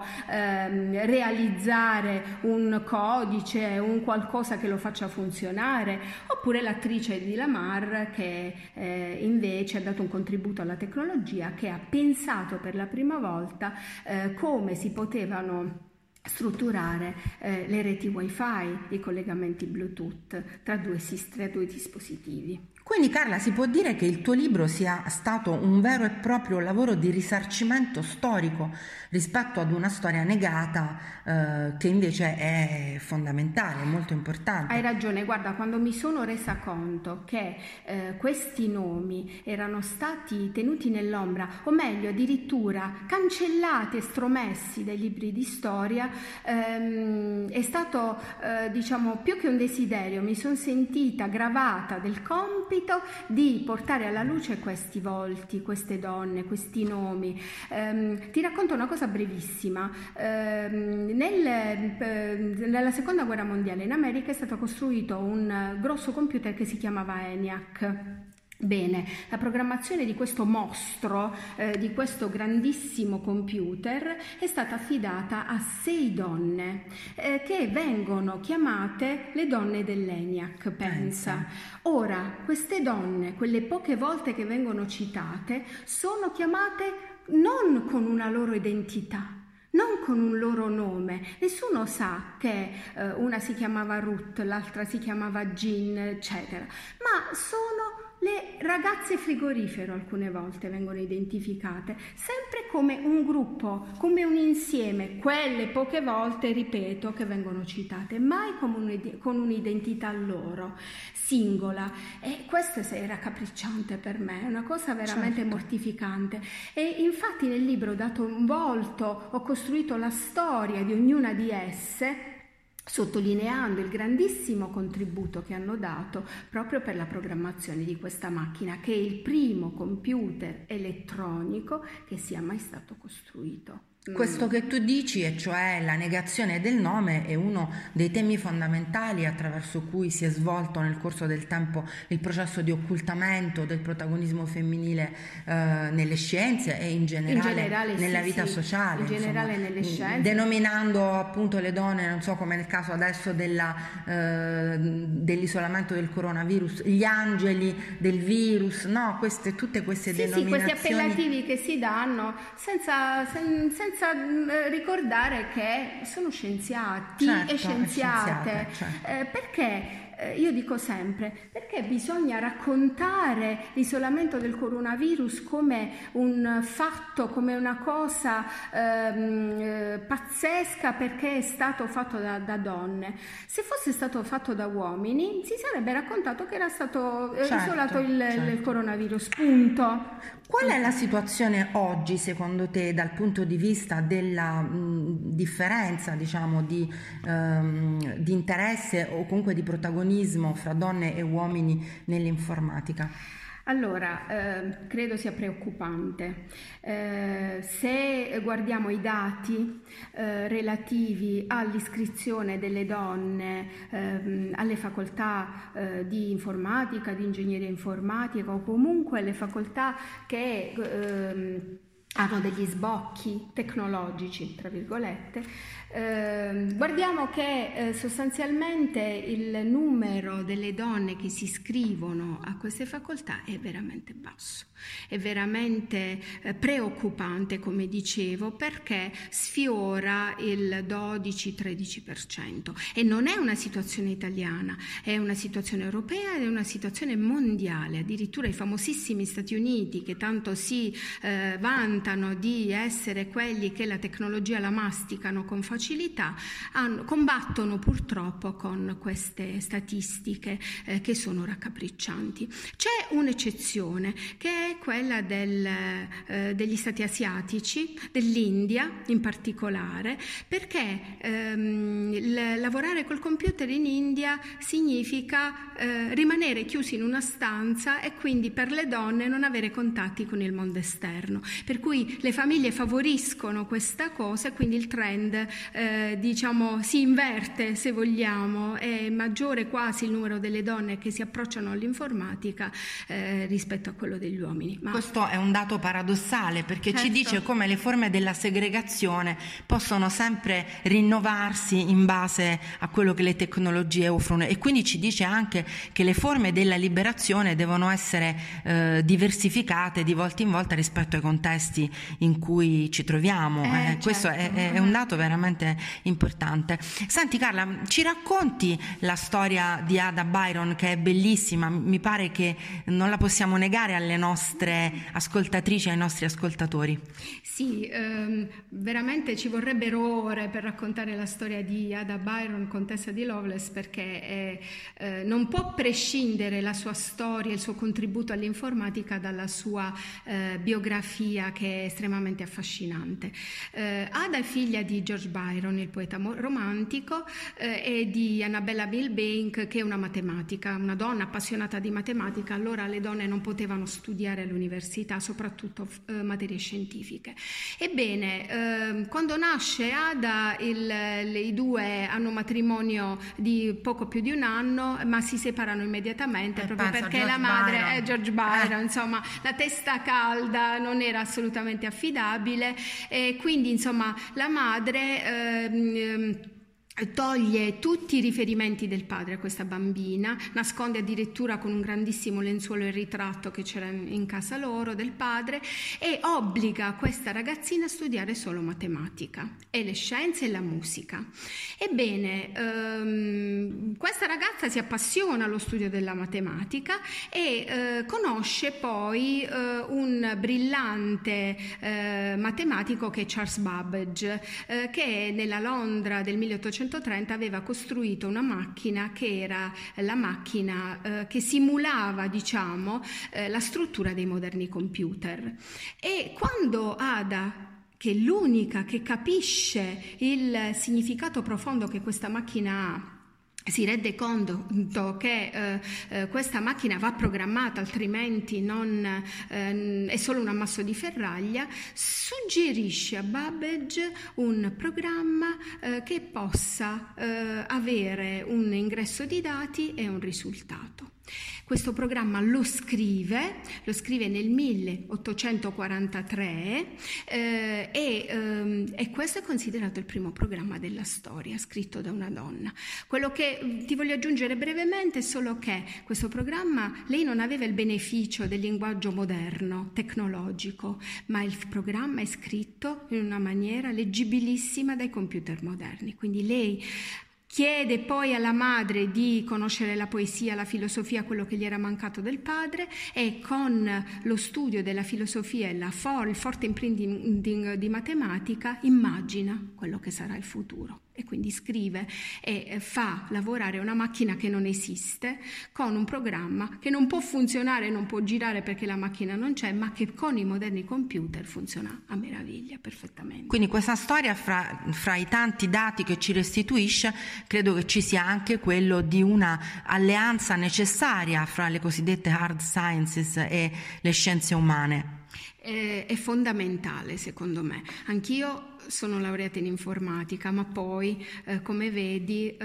realizzare un codice, un qualcosa che lo faccia funzionare, oppure l'attrice di Lamar che invece ha dato un contributo alla tecnologia, che ha pensato per la prima volta come si potevano strutturare le reti wifi, i collegamenti Bluetooth tra due dispositivi. Quindi Carla, si può dire che il tuo libro sia stato un vero e proprio lavoro di risarcimento storico rispetto ad una storia negata, che invece è fondamentale, molto importante. Hai ragione, guarda, quando mi sono resa conto che questi nomi erano stati tenuti nell'ombra, o meglio addirittura cancellati, estromessi dai libri di storia, è stato diciamo più che un desiderio, mi sono sentita gravata del compito di portare alla luce questi volti, queste donne, questi nomi. Ti racconto una cosa brevissima. Nella seconda guerra mondiale in America è stato costruito un grosso computer che si chiamava ENIAC. Bene, la programmazione di questo mostro, di questo grandissimo computer, è stata affidata a 6 donne che vengono chiamate le donne dell'ENIAC, pensa. Ora, queste donne, quelle poche volte che vengono citate, sono chiamate non con una loro identità, non con un loro nome. Nessuno sa che una si chiamava Ruth, l'altra si chiamava Jean, eccetera, ma sono le ragazze frigorifero, alcune volte vengono identificate, sempre come un gruppo, come un insieme, quelle poche volte, ripeto, che vengono citate, mai con un'identità loro, singola. E questo era raccapricciante per me, è una cosa veramente mortificante. E infatti nel libro ho dato un volto, ho costruito la storia di ognuna di esse, sottolineando il grandissimo contributo che hanno dato proprio per la programmazione di questa macchina, che è il primo computer elettronico che sia mai stato costruito. Questo che tu dici, e cioè la negazione del nome, è uno dei temi fondamentali attraverso cui si è svolto nel corso del tempo il processo di occultamento del protagonismo femminile nelle scienze e in generale nella vita sociale. In generale nelle scienze. Denominando appunto le donne, non so, come nel caso adesso dell'isolamento del coronavirus, gli angeli del virus, no? Tutte queste denominazioni. Sì, questi appellativi che si danno senza ricordare che sono scienziati e scienziate. Perché? Io dico sempre, perché bisogna raccontare l'isolamento del coronavirus come un fatto, come una cosa pazzesca, perché è stato fatto da donne. Se fosse stato fatto da uomini si sarebbe raccontato che era stato isolato il coronavirus, punto. Qual è la situazione oggi secondo te dal punto di vista della differenza, diciamo, di interesse o comunque di protagonismo fra donne e uomini nell'informatica? Allora, credo sia preoccupante. Se guardiamo i dati relativi all'iscrizione delle donne alle facoltà di informatica, di ingegneria informatica o comunque alle facoltà che hanno degli sbocchi tecnologici, tra virgolette, guardiamo che sostanzialmente il numero delle donne che si iscrivono a queste facoltà è veramente basso, è veramente preoccupante, come dicevo, perché sfiora il 12-13%, e non è una situazione italiana, è una situazione europea ed è una situazione mondiale. Addirittura i famosissimi Stati Uniti, che tanto si vantano di essere quelli che la tecnologia la masticano con facilità, combattono purtroppo con queste statistiche che sono raccapriccianti. C'è un'eccezione, che è quella degli stati asiatici, dell'India in particolare, perché lavorare col computer in India significa rimanere chiusi in una stanza e quindi per le donne non avere contatti con il mondo esterno, per cui le famiglie favoriscono questa cosa e quindi il trend diciamo si inverte, se vogliamo, è maggiore quasi il numero delle donne che si approcciano all'informatica rispetto a quello degli uomini. Ma questo è un dato paradossale, perché ci dice come le forme della segregazione possono sempre rinnovarsi in in base a quello che le tecnologie offrono, e quindi ci dice anche che le forme della liberazione devono essere diversificate di volta in volta rispetto ai contesti in cui ci troviamo. Questo è un dato veramente importante. Senti Carla, ci racconti la storia di Ada Byron, che è bellissima, mi pare che non la possiamo negare alle nostre ascoltatrici e ai nostri ascoltatori. Sì, veramente ci vorrebbero ore per raccontare la storia di Ada Byron, contessa di Loveless, perché non può prescindere la sua storia, il suo contributo all'informatica dalla sua biografia, che è estremamente affascinante. Ada è figlia di George Byron, il poeta romantico, e di Annabella Milbank, che è una matematica, una donna appassionata di matematica. Allora le donne non potevano studiare all'università, soprattutto materie scientifiche. Ebbene, quando nasce Ada, i due hanno un matrimonio di poco più di un anno, ma si separano immediatamente, proprio perché la madre è George Byron, insomma, la testa calda, non era assolutamente affidabile, e quindi insomma la madre toglie tutti i riferimenti del padre a questa bambina, nasconde addirittura con un grandissimo lenzuolo il ritratto che c'era in casa loro del padre, e obbliga questa ragazzina a studiare solo matematica e le scienze e la musica. Ebbene, questa ragazza si appassiona allo studio della matematica e conosce poi un brillante matematico che è Charles Babbage, che nella Londra del 1830 aveva costruito una macchina che era la macchina che simulava, diciamo, la struttura dei moderni computer. E quando Ada, che è l'unica che capisce il significato profondo che questa macchina ha, si rende conto che questa macchina va programmata, altrimenti è solo un ammasso di ferraglia, suggerisce a Babbage un programma che possa avere un ingresso di dati e un risultato. Questo programma lo scrive nel 1843 e questo è considerato il primo programma della storia scritto da una donna. Quello che ti voglio aggiungere brevemente è solo che questo programma, lei non aveva il beneficio del linguaggio moderno, tecnologico, ma il programma è scritto in una maniera leggibilissima dai computer moderni. Quindi lei chiede poi alla madre di conoscere la poesia, la filosofia, quello che gli era mancato del padre, e con lo studio della filosofia e il forte imprinting di matematica immagina quello che sarà il futuro. E quindi scrive e fa lavorare una macchina che non esiste con un programma che non può funzionare, non può girare perché la macchina non c'è, ma che con i moderni computer funziona a meraviglia, perfettamente. Quindi questa storia, fra i tanti dati che ci restituisce, credo che ci sia anche quello di una alleanza necessaria fra le cosiddette hard sciences e le scienze umane. È fondamentale, secondo me. Anch'io sono laureata in informatica, ma poi come vedi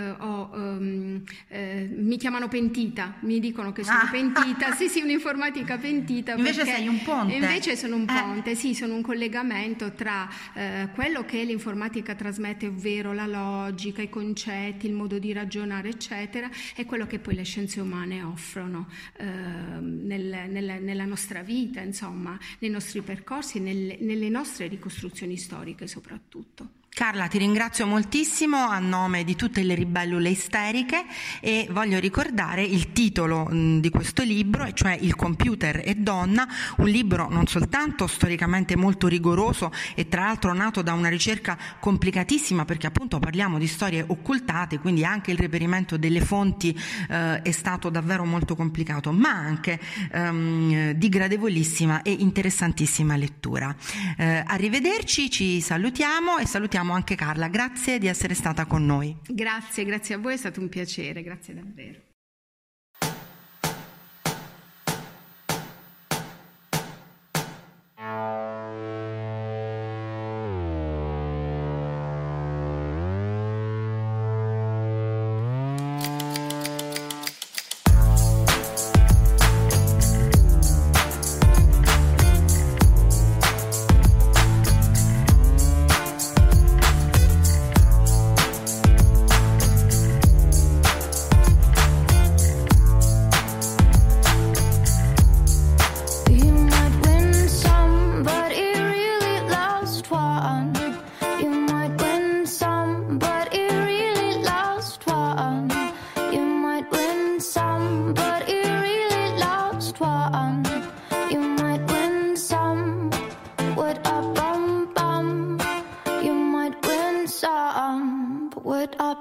mi chiamano pentita, mi dicono che sono pentita. Sì, un'informatica pentita. Invece sei un ponte. Invece sono un ponte, sì, sono un collegamento tra quello che l'informatica trasmette, ovvero la logica, i concetti, il modo di ragionare, eccetera, e quello che poi le scienze umane offrono nella nostra vita, insomma, nei nostri percorsi, nelle nostre ricostruzioni storiche soprattutto. Carla, ti ringrazio moltissimo a nome di tutte le ribellule isteriche, e voglio ricordare il titolo di questo libro, e cioè Il computer e donna, un libro non soltanto storicamente molto rigoroso e tra l'altro nato da una ricerca complicatissima, perché appunto parliamo di storie occultate, quindi anche il reperimento delle fonti è stato davvero molto complicato, ma anche di gradevolissima e interessantissima lettura. Arrivederci, ci salutiamo e salutiamo anche Carla, grazie di essere stata con noi. Grazie a voi, è stato un piacere, grazie davvero.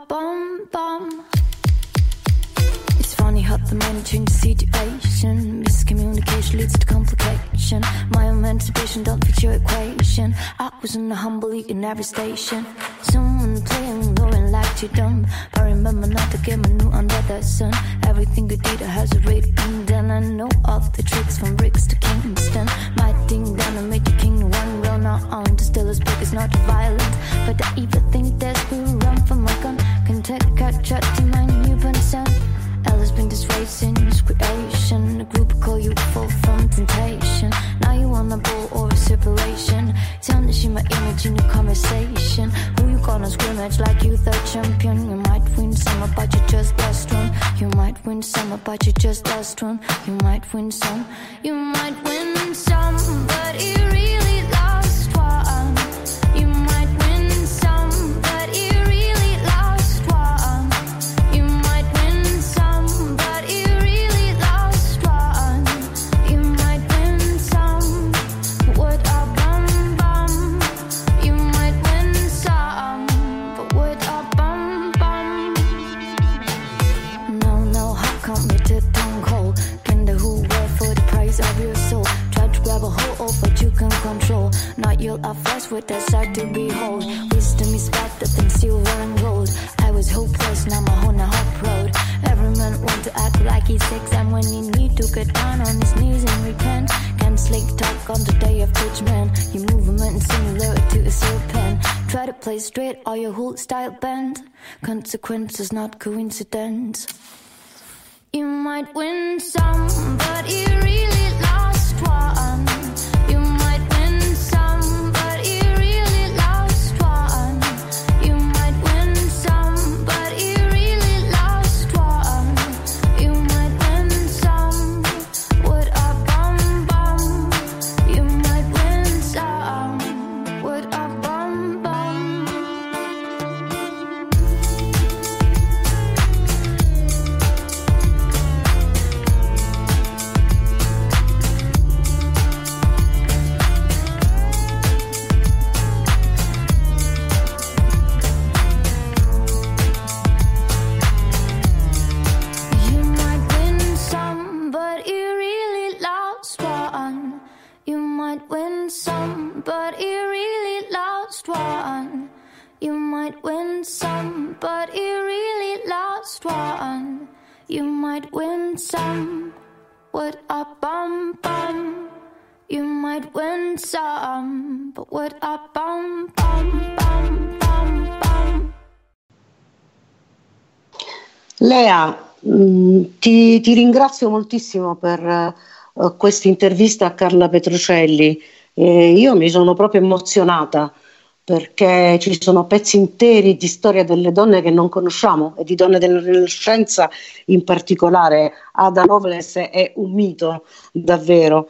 bum bum. It's funny how the men change the situation. Miscommunication leads to complication. My emancipation don't fit your equation. I was in a humble league in every station. Someone playing low and like you dumb. But remember not to get my new under the sun. Everything good did has already been done. I know all the tricks from Ricks to Kingston. My thing down and make the king one roll not on. To still as big as not violent. But I even think there's who run for my gun. Can take a shot to my newborn son. Ella's been this race in his creation. A group call you full from temptation. Now you on the ball or a separation. Tarnishing my image in a conversation. Who you gonna scrimmage like you the champion? You might win some, but you just lost one. You might win some, but you just lost one. You might win some, you might win some, but you really lost one. You might win some, but you really lost one. You might win some, but you really lost one. You might win some, but what a bum bum. You might win some, but what a bum bum. No, how come you did tongue cold? Can the who work for the price of your soul? Try to grab a hold of what you can control. Not you'll are flesh with that sight to behold. Wisdom is better than silver and gold. I was hopeless, now I'm on a hot road. Every man want to act like he's sex, and when he need to get down on his knees and repent. Can't slick talk on the day of judgment. Your movement is similar to a serpent. Try to play straight or your whole style bend. Consequences not coincidence. You might win some, but you really lost one. You might win some, but you really lost one. You might win some, but you really lost one. You might win some, what a bum bum. You might win some, what a bum bum. You might win some, but you really lost one. You might win some, but you really lost one. You might win some, but you really lost one. You might win some, what a bum bum. You might win some, but what a bum bum bum bum bum. Lea, ti ringrazio moltissimo per questa intervista a Carla Petrocelli. Io mi sono proprio emozionata perché ci sono pezzi interi di storia delle donne che non conosciamo e di donne della Rinascenza in particolare. Ada Lovelace è un mito davvero.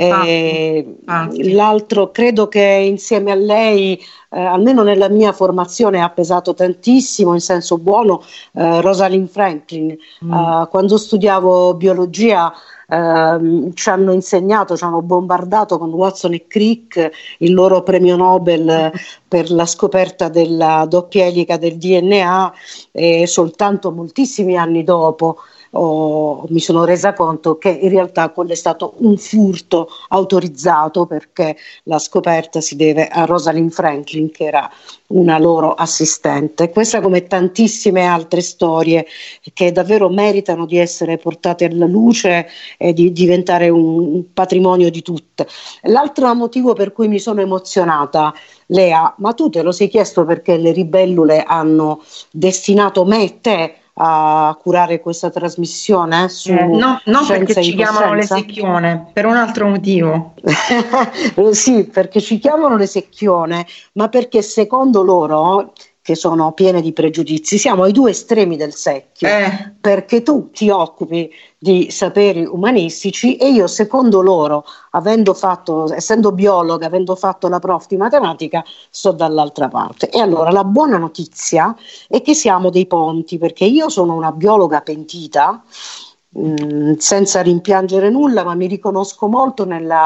L'altro, credo che insieme a lei, almeno nella mia formazione, ha pesato tantissimo in senso buono Rosalind Franklin. Quando studiavo biologia ci hanno insegnato, ci hanno bombardato con Watson e Crick, il loro premio Nobel per la scoperta della doppia elica del DNA, e soltanto moltissimi anni dopo mi sono resa conto che in realtà quello è stato un furto autorizzato, perché la scoperta si deve a Rosalind Franklin, che era una loro assistente. Questa, come tantissime altre storie che davvero meritano di essere portate alla luce e di diventare un patrimonio di tutte. L'altro motivo per cui mi sono emozionata, Lea, ma tu te lo sei chiesto perché le Ribellule hanno destinato me e te a curare questa trasmissione? No, perché ci chiamano le secchione, per un altro motivo. Sì, perché ci chiamano le secchione, ma perché secondo loro, che sono piene di pregiudizi, siamo ai due estremi del secchio, perché tu ti occupi di saperi umanistici e io, secondo loro, essendo biologa, avendo fatto la prof di matematica, sto dall'altra parte. E allora la buona notizia è che siamo dei ponti, perché io sono una biologa pentita, senza rimpiangere nulla, ma mi riconosco molto nella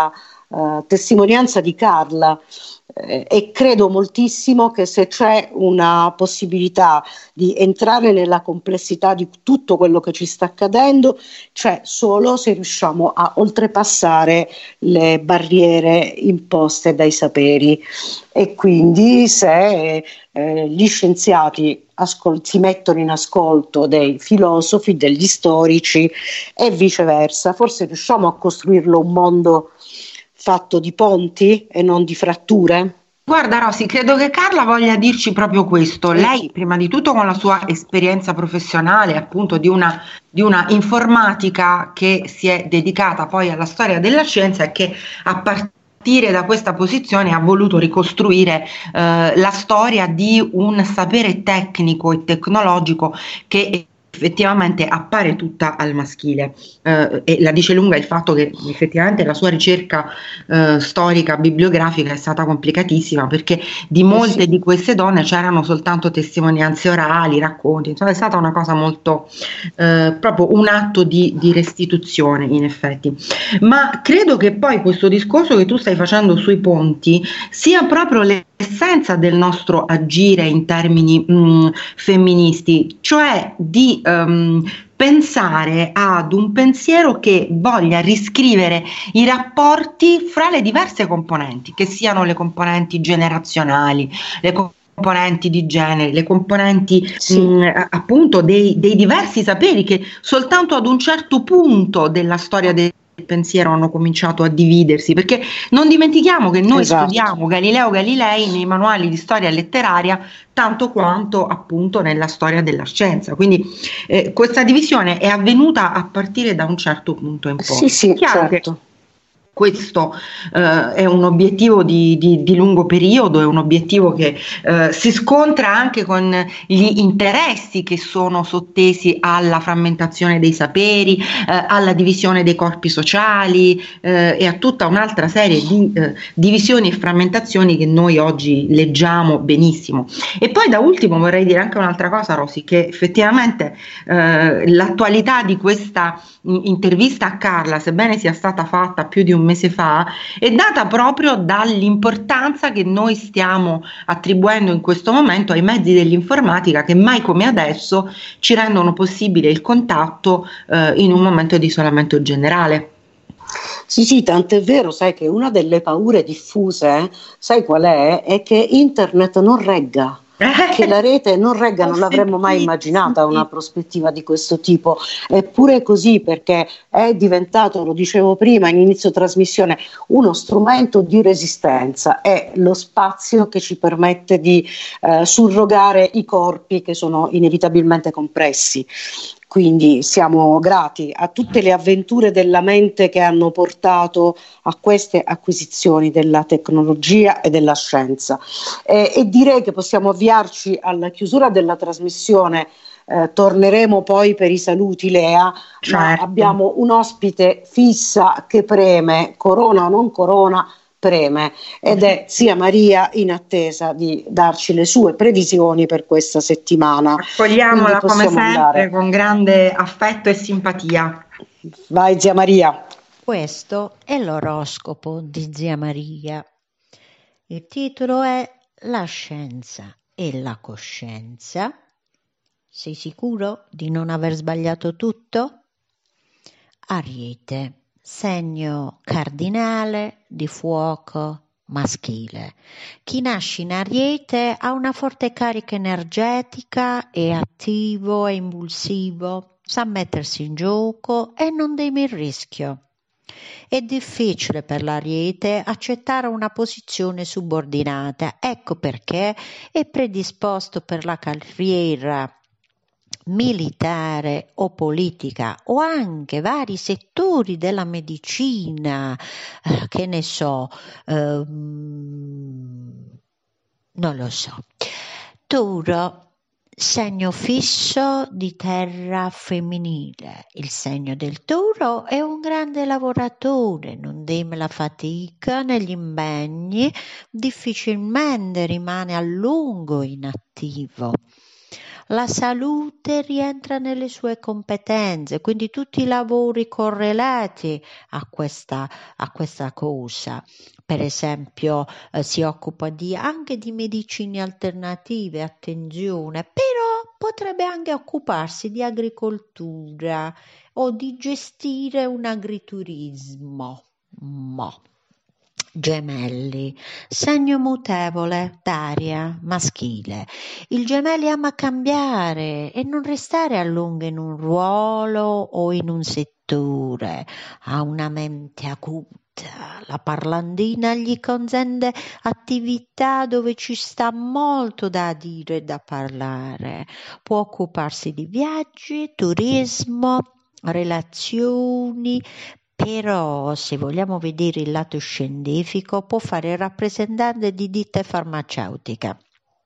testimonianza di Carla. E credo moltissimo che se c'è una possibilità di entrare nella complessità di tutto quello che ci sta accadendo, c'è solo se riusciamo a oltrepassare le barriere imposte dai saperi, e quindi se gli scienziati si mettono in ascolto dei filosofi, degli storici e viceversa, forse riusciamo a costruirlo un mondo fatto di ponti e non di fratture? Guarda Rosy, credo che Carla voglia dirci proprio questo. Lei, prima di tutto con la sua esperienza professionale, appunto di una informatica che si è dedicata poi alla storia della scienza e che a partire da questa posizione ha voluto ricostruire la storia di un sapere tecnico e tecnologico che effettivamente appare tutta al maschile, e la dice lunga il fatto che effettivamente la sua ricerca storica bibliografica è stata complicatissima, perché di molte di queste donne c'erano soltanto testimonianze orali, racconti, insomma è stata una cosa molto proprio un atto di restituzione in effetti. Ma credo che poi questo discorso che tu stai facendo sui ponti sia proprio l'essenza del nostro agire in termini femministi, cioè di pensare ad un pensiero che voglia riscrivere i rapporti fra le diverse componenti, che siano le componenti generazionali, le componenti di genere, le componenti appunto dei diversi saperi che soltanto ad un certo punto della storia del pensiero hanno cominciato a dividersi, perché non dimentichiamo che noi studiamo Galileo Galilei nei manuali di storia letteraria tanto quanto appunto nella storia della scienza, quindi questa divisione è avvenuta a partire da un certo punto in poi. Chiaro che questo è un obiettivo di lungo periodo, è un obiettivo che si scontra anche con gli interessi che sono sottesi alla frammentazione dei saperi, alla divisione dei corpi sociali e a tutta un'altra serie di divisioni e frammentazioni che noi oggi leggiamo benissimo. E poi da ultimo vorrei dire anche un'altra cosa, Rosy, che effettivamente l'attualità di questa intervista a Carla, sebbene sia stata fatta più di un mese fa, è data proprio dall'importanza che noi stiamo attribuendo in questo momento ai mezzi dell'informatica, che mai come adesso ci rendono possibile il contatto in un momento di isolamento generale. Sì, tant'è vero, sai che una delle paure diffuse, sai qual è? È che internet non regga. Che la rete non regga, non l'avremmo mai immaginata una prospettiva di questo tipo, eppure è così, perché è diventato, lo dicevo prima in inizio trasmissione, uno strumento di resistenza, è lo spazio che ci permette di surrogare i corpi che sono inevitabilmente compressi. Quindi siamo grati a tutte le avventure della mente che hanno portato a queste acquisizioni della tecnologia e della scienza. E direi che possiamo avviarci alla chiusura della trasmissione. Torneremo poi per i saluti, Lea, ma abbiamo un ospite fissa che preme, corona o non corona, preme, ed è zia Maria, in attesa di darci le sue previsioni per questa settimana. Accogliamola come sempre andare con grande affetto e simpatia. Vai zia Maria. Questo è l'oroscopo di zia Maria. Il titolo è La scienza e la coscienza. Sei sicuro di non aver sbagliato tutto? Ariete, segno cardinale di fuoco maschile. Chi nasce in Ariete ha una forte carica energetica, è attivo, è impulsivo, sa mettersi in gioco e non teme il rischio. È difficile per l'Ariete accettare una posizione subordinata, ecco perché è predisposto per la carriera militare o politica o anche vari settori della medicina, che ne so, non lo so. Tauro, segno fisso di terra femminile. Il segno del Tauro è un grande lavoratore, non teme la fatica negli impegni, difficilmente rimane a lungo inattivo. La salute rientra nelle sue competenze, quindi tutti i lavori correlati a questa cosa. Per esempio si occupa anche di medicine alternative, attenzione, però potrebbe anche occuparsi di agricoltura o di gestire un agriturismo. Gemelli, segno mutevole d'aria maschile. Il gemelli ama cambiare e non restare a lungo in un ruolo o in un settore. Ha una mente acuta. La parlandina gli consente attività dove ci sta molto da dire e da parlare. Può occuparsi di viaggi, turismo, relazioni, però se vogliamo vedere il lato scientifico può fare il rappresentante di ditte farmaceutiche.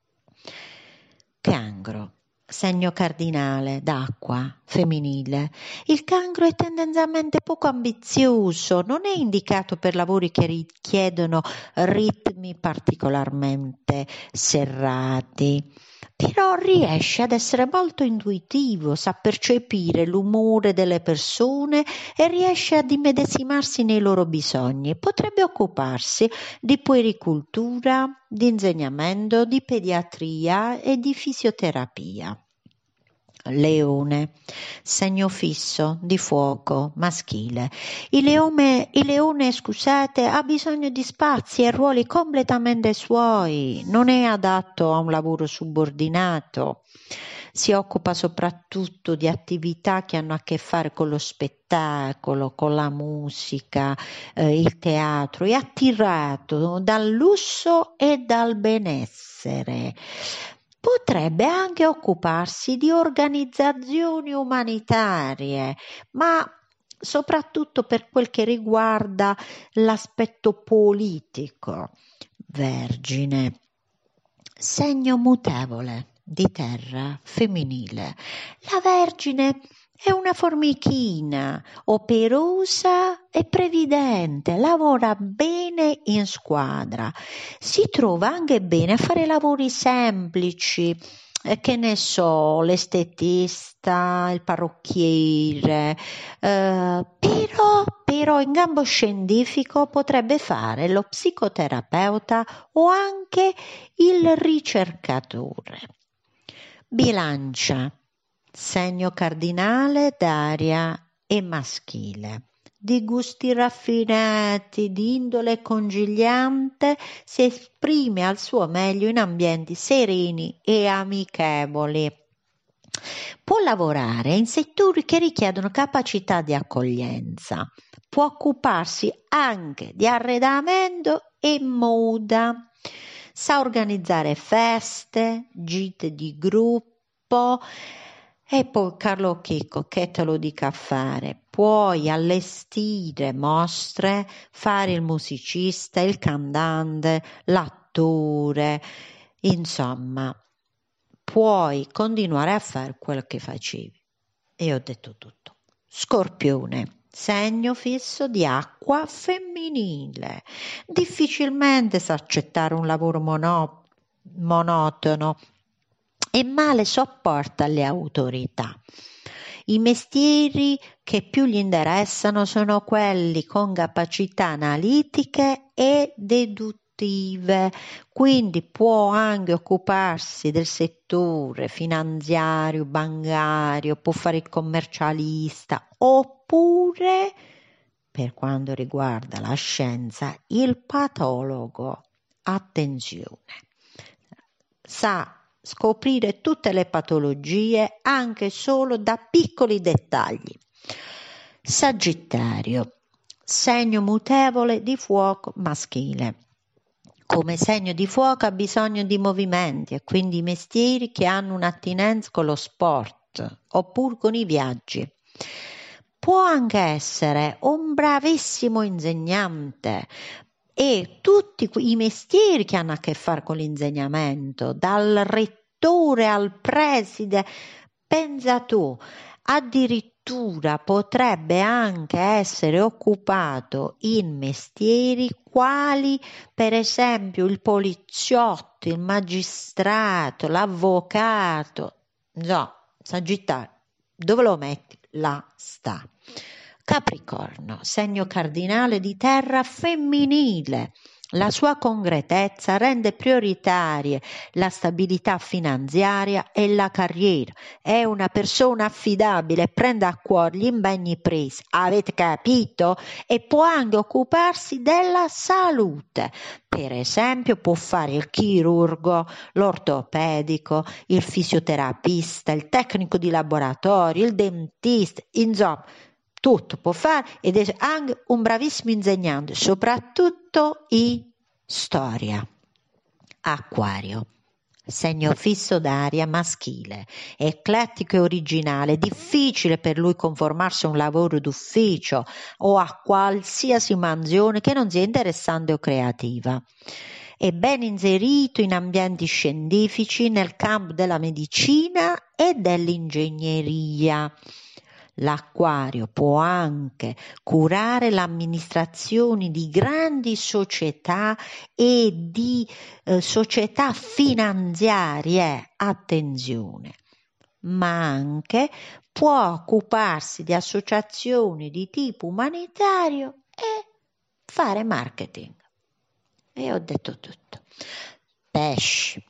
Cancro, segno cardinale d'acqua, femminile. Il cancro è tendenzialmente poco ambizioso, non è indicato per lavori che richiedono ritmi particolarmente serrati. Però riesce ad essere molto intuitivo, sa percepire l'umore delle persone e riesce ad immedesimarsi nei loro bisogni. Potrebbe occuparsi di puericultura, di insegnamento, di pediatria e di fisioterapia. Leone, segno fisso di fuoco maschile. Il leone, scusate, ha bisogno di spazi e ruoli completamente suoi, non è adatto a un lavoro subordinato. Si occupa soprattutto di attività che hanno a che fare con lo spettacolo, con la musica, il teatro. È attirato dal lusso e dal benessere. Potrebbe anche occuparsi di organizzazioni umanitarie, ma soprattutto per quel che riguarda l'aspetto politico. Vergine, segno mutevole di terra femminile. La Vergine è una formichina, operosa e previdente, lavora bene in squadra, si trova anche bene a fare lavori semplici, che ne so, l'estetista, il parrucchiere, però in campo scientifico potrebbe fare lo psicoterapeuta o anche il ricercatore. Bilancia, segno cardinale d'aria e maschile. Di gusti raffinati, di indole conciliante, si esprime al suo meglio in ambienti sereni e amichevoli. Può lavorare in settori che richiedono capacità di accoglienza. Può occuparsi anche di arredamento e moda. Sa organizzare feste, gite di gruppo. E poi Carlo Chicco, che te lo dica a fare? Puoi allestire mostre, fare il musicista, il cantante, l'attore, insomma, puoi continuare a fare quello che facevi. E ho detto tutto. Scorpione, segno fisso di acqua femminile. Difficilmente sa accettare un lavoro monotono e male sopporta le autorità. I mestieri che più gli interessano sono quelli con capacità analitiche e deduttive, quindi può anche occuparsi del settore finanziario, bancario, può fare il commercialista oppure, per quanto riguarda la scienza, il patologo. Attenzione, sa scoprire tutte le patologie anche solo da piccoli dettagli. Sagittario, segno mutevole di fuoco maschile. Come segno di fuoco ha bisogno di movimenti e quindi mestieri che hanno un'attinenza con lo sport oppure con i viaggi. Può anche essere un bravissimo insegnante, e tutti i mestieri che hanno a che fare con l'insegnamento, dal rettore al preside, pensa tu, addirittura potrebbe anche essere occupato in mestieri quali per esempio il poliziotto, il magistrato, l'avvocato, No, Sagittario, dove lo metti? Là sta. Capricorno, segno cardinale di terra femminile. La sua concretezza rende prioritarie la stabilità finanziaria e la carriera. È una persona affidabile, prende a cuore gli impegni presi, avete capito? E può anche occuparsi della salute. Per esempio può fare il chirurgo, l'ortopedico, il fisioterapista, il tecnico di laboratorio, il dentista, insomma, tutto può fare ed è anche un bravissimo insegnante, soprattutto in storia. Acquario, segno fisso d'aria maschile, eclettico e originale, difficile per lui conformarsi a un lavoro d'ufficio o a qualsiasi mansione che non sia interessante o creativa. È ben inserito in ambienti scientifici nel campo della medicina e dell'ingegneria. L'acquario può anche curare l'amministrazione di grandi società e di società finanziarie, attenzione, ma anche può occuparsi di associazioni di tipo umanitario e fare marketing. E ho detto tutto. Pesci,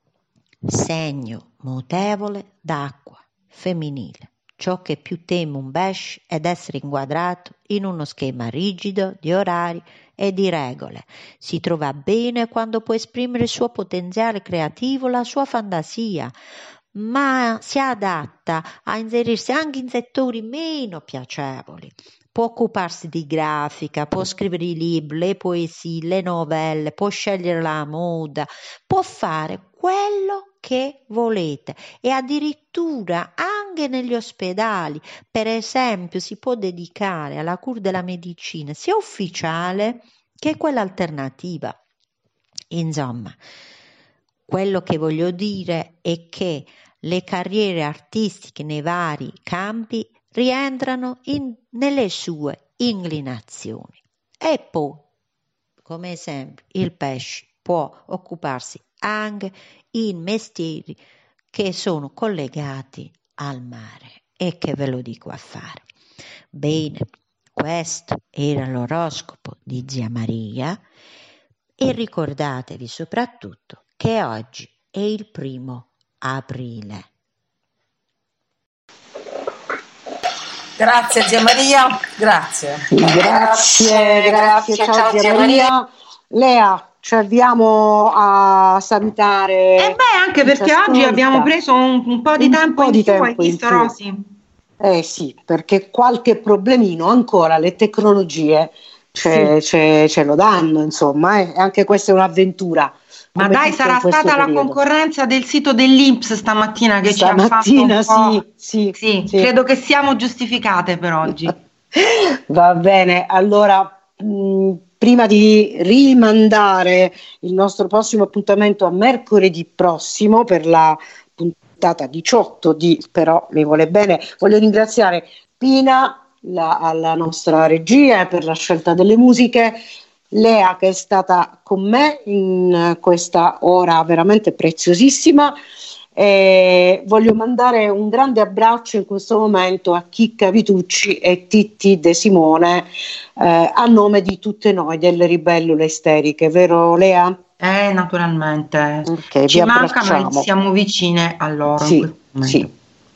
segno mutevole d'acqua, femminile. Ciò che più teme un pesce è essere inquadrato in uno schema rigido di orari e di regole. Si trova bene quando può esprimere il suo potenziale creativo, la sua fantasia, ma si adatta a inserirsi anche in settori meno piacevoli. Può occuparsi di grafica, può scrivere i libri, le poesie, le novelle, può scegliere la moda, può fare quello che volete e addirittura anche negli ospedali, per esempio, si può dedicare alla cura della medicina sia ufficiale che quella alternativa. Insomma, quello che voglio dire è che le carriere artistiche nei vari campi rientrano nelle sue inclinazioni. E poi, come esempio, il pesce può occuparsi anche in mestieri che sono collegati al mare, e che ve lo dico a fare. Bene, questo era l'oroscopo di Zia Maria e ricordatevi soprattutto che oggi è il 1° aprile. Grazie Zia Maria, grazie. Grazie, ciao Zia Maria. Lea, ci avviamo a salutare. Anche perché oggi abbiamo preso un po' di tempo in più, hai visto, Rosy? Sì, perché qualche problemino ancora le tecnologie ce lo danno, insomma, e anche questa è un'avventura. Ma dai, sarà stata la concorrenza del sito dell'Inps stamattina che ci ha fatto un po'. Sì, credo che siamo giustificate per oggi. Va bene, allora prima di rimandare il nostro prossimo appuntamento a mercoledì prossimo per la puntata 18 di Però mi vuole bene, voglio ringraziare Pina alla nostra regia per la scelta delle musiche, Lea che è stata con me in questa ora veramente preziosissima, e voglio mandare un grande abbraccio in questo momento a Chicca Vitucci e Titti De Simone a nome di tutte noi delle Ribellule Isteriche, vero Lea? Naturalmente, ci mancano e siamo vicine a loro. Sì.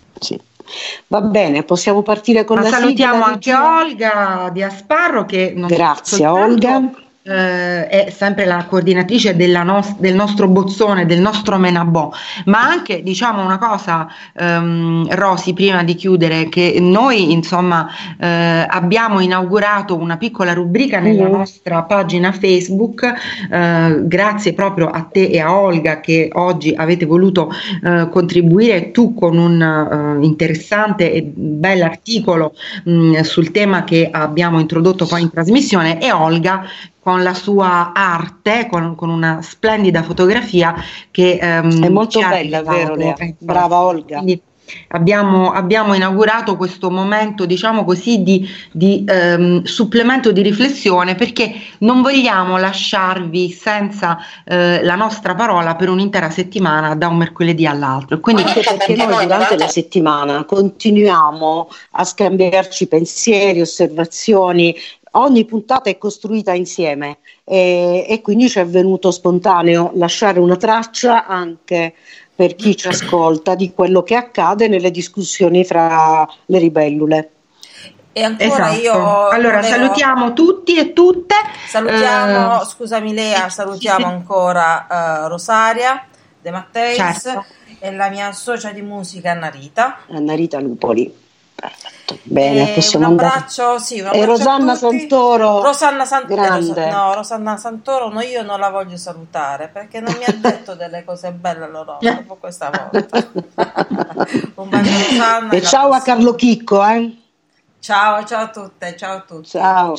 Va bene, possiamo partire con la salutiamo anche Olga di Asparro che grazie Olga. È sempre la coordinatrice del nostro bozzone, del nostro Menabò, ma anche diciamo una cosa, Rosy, prima di chiudere, che noi insomma abbiamo inaugurato una piccola rubrica nella nostra pagina Facebook, grazie proprio a te e a Olga che oggi avete voluto contribuire, tu con un interessante e bell'articolo sul tema che abbiamo introdotto poi in trasmissione, e Olga con la sua arte, con una splendida fotografia che è molto bella, vero Lea? Brava Olga. Quindi abbiamo inaugurato questo momento, diciamo così, di supplemento di riflessione, perché non vogliamo lasciarvi senza la nostra parola per un'intera settimana, da un mercoledì all'altro. Quindi, anche perché noi durante la settimana continuiamo a scambiarci pensieri, osservazioni. Ogni puntata è costruita insieme e quindi ci è venuto spontaneo lasciare una traccia anche per chi ci ascolta di quello che accade nelle discussioni fra le libellule. E ancora esatto. io allora salutiamo tutti e tutte. Salutiamo, scusami Lea, salutiamo ancora Rosaria De Matteis, certo, e la mia socia di musica Anna Rita Lupoli. Perfetto, bene, possiamo un andare. abbraccio, sì, un E abbraccio Rosanna a tutti. Santoro, grande. Rosanna Santoro, no, io non la voglio salutare perché non mi ha detto delle cose belle loro dopo questa volta. Un bacio a Rosanna e ciao a Carlo Chicco, ciao a tutte, ciao a tutti. Ciao.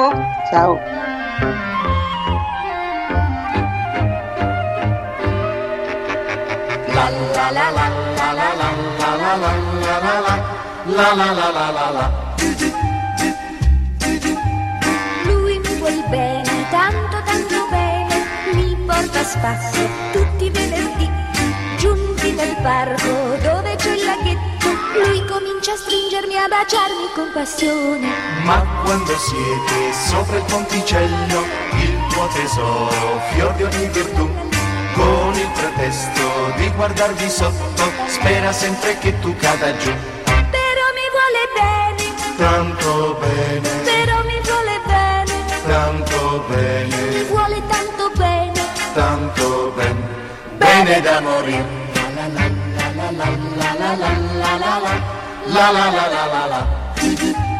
La la la la la la la la la la la la la la la. Lui mi vuol bene, tanto tanto bene, mi porta a spasso tutti i venerdì, giunti nel parco dove c'è il laghetto, lui comincia a stringermi, a baciarmi con passione. Ma quando siete sopra il ponticello, il tuo tesoro, fior di ogni virtù, con il pretesto di guardarvi sotto, spera sempre che tu cada giù. Però mi vuole bene, tanto bene, però mi vuole bene, tanto bene, mi vuole tanto bene, tanto bene, bene da morire. La la la la la la la la la la la la la la la la.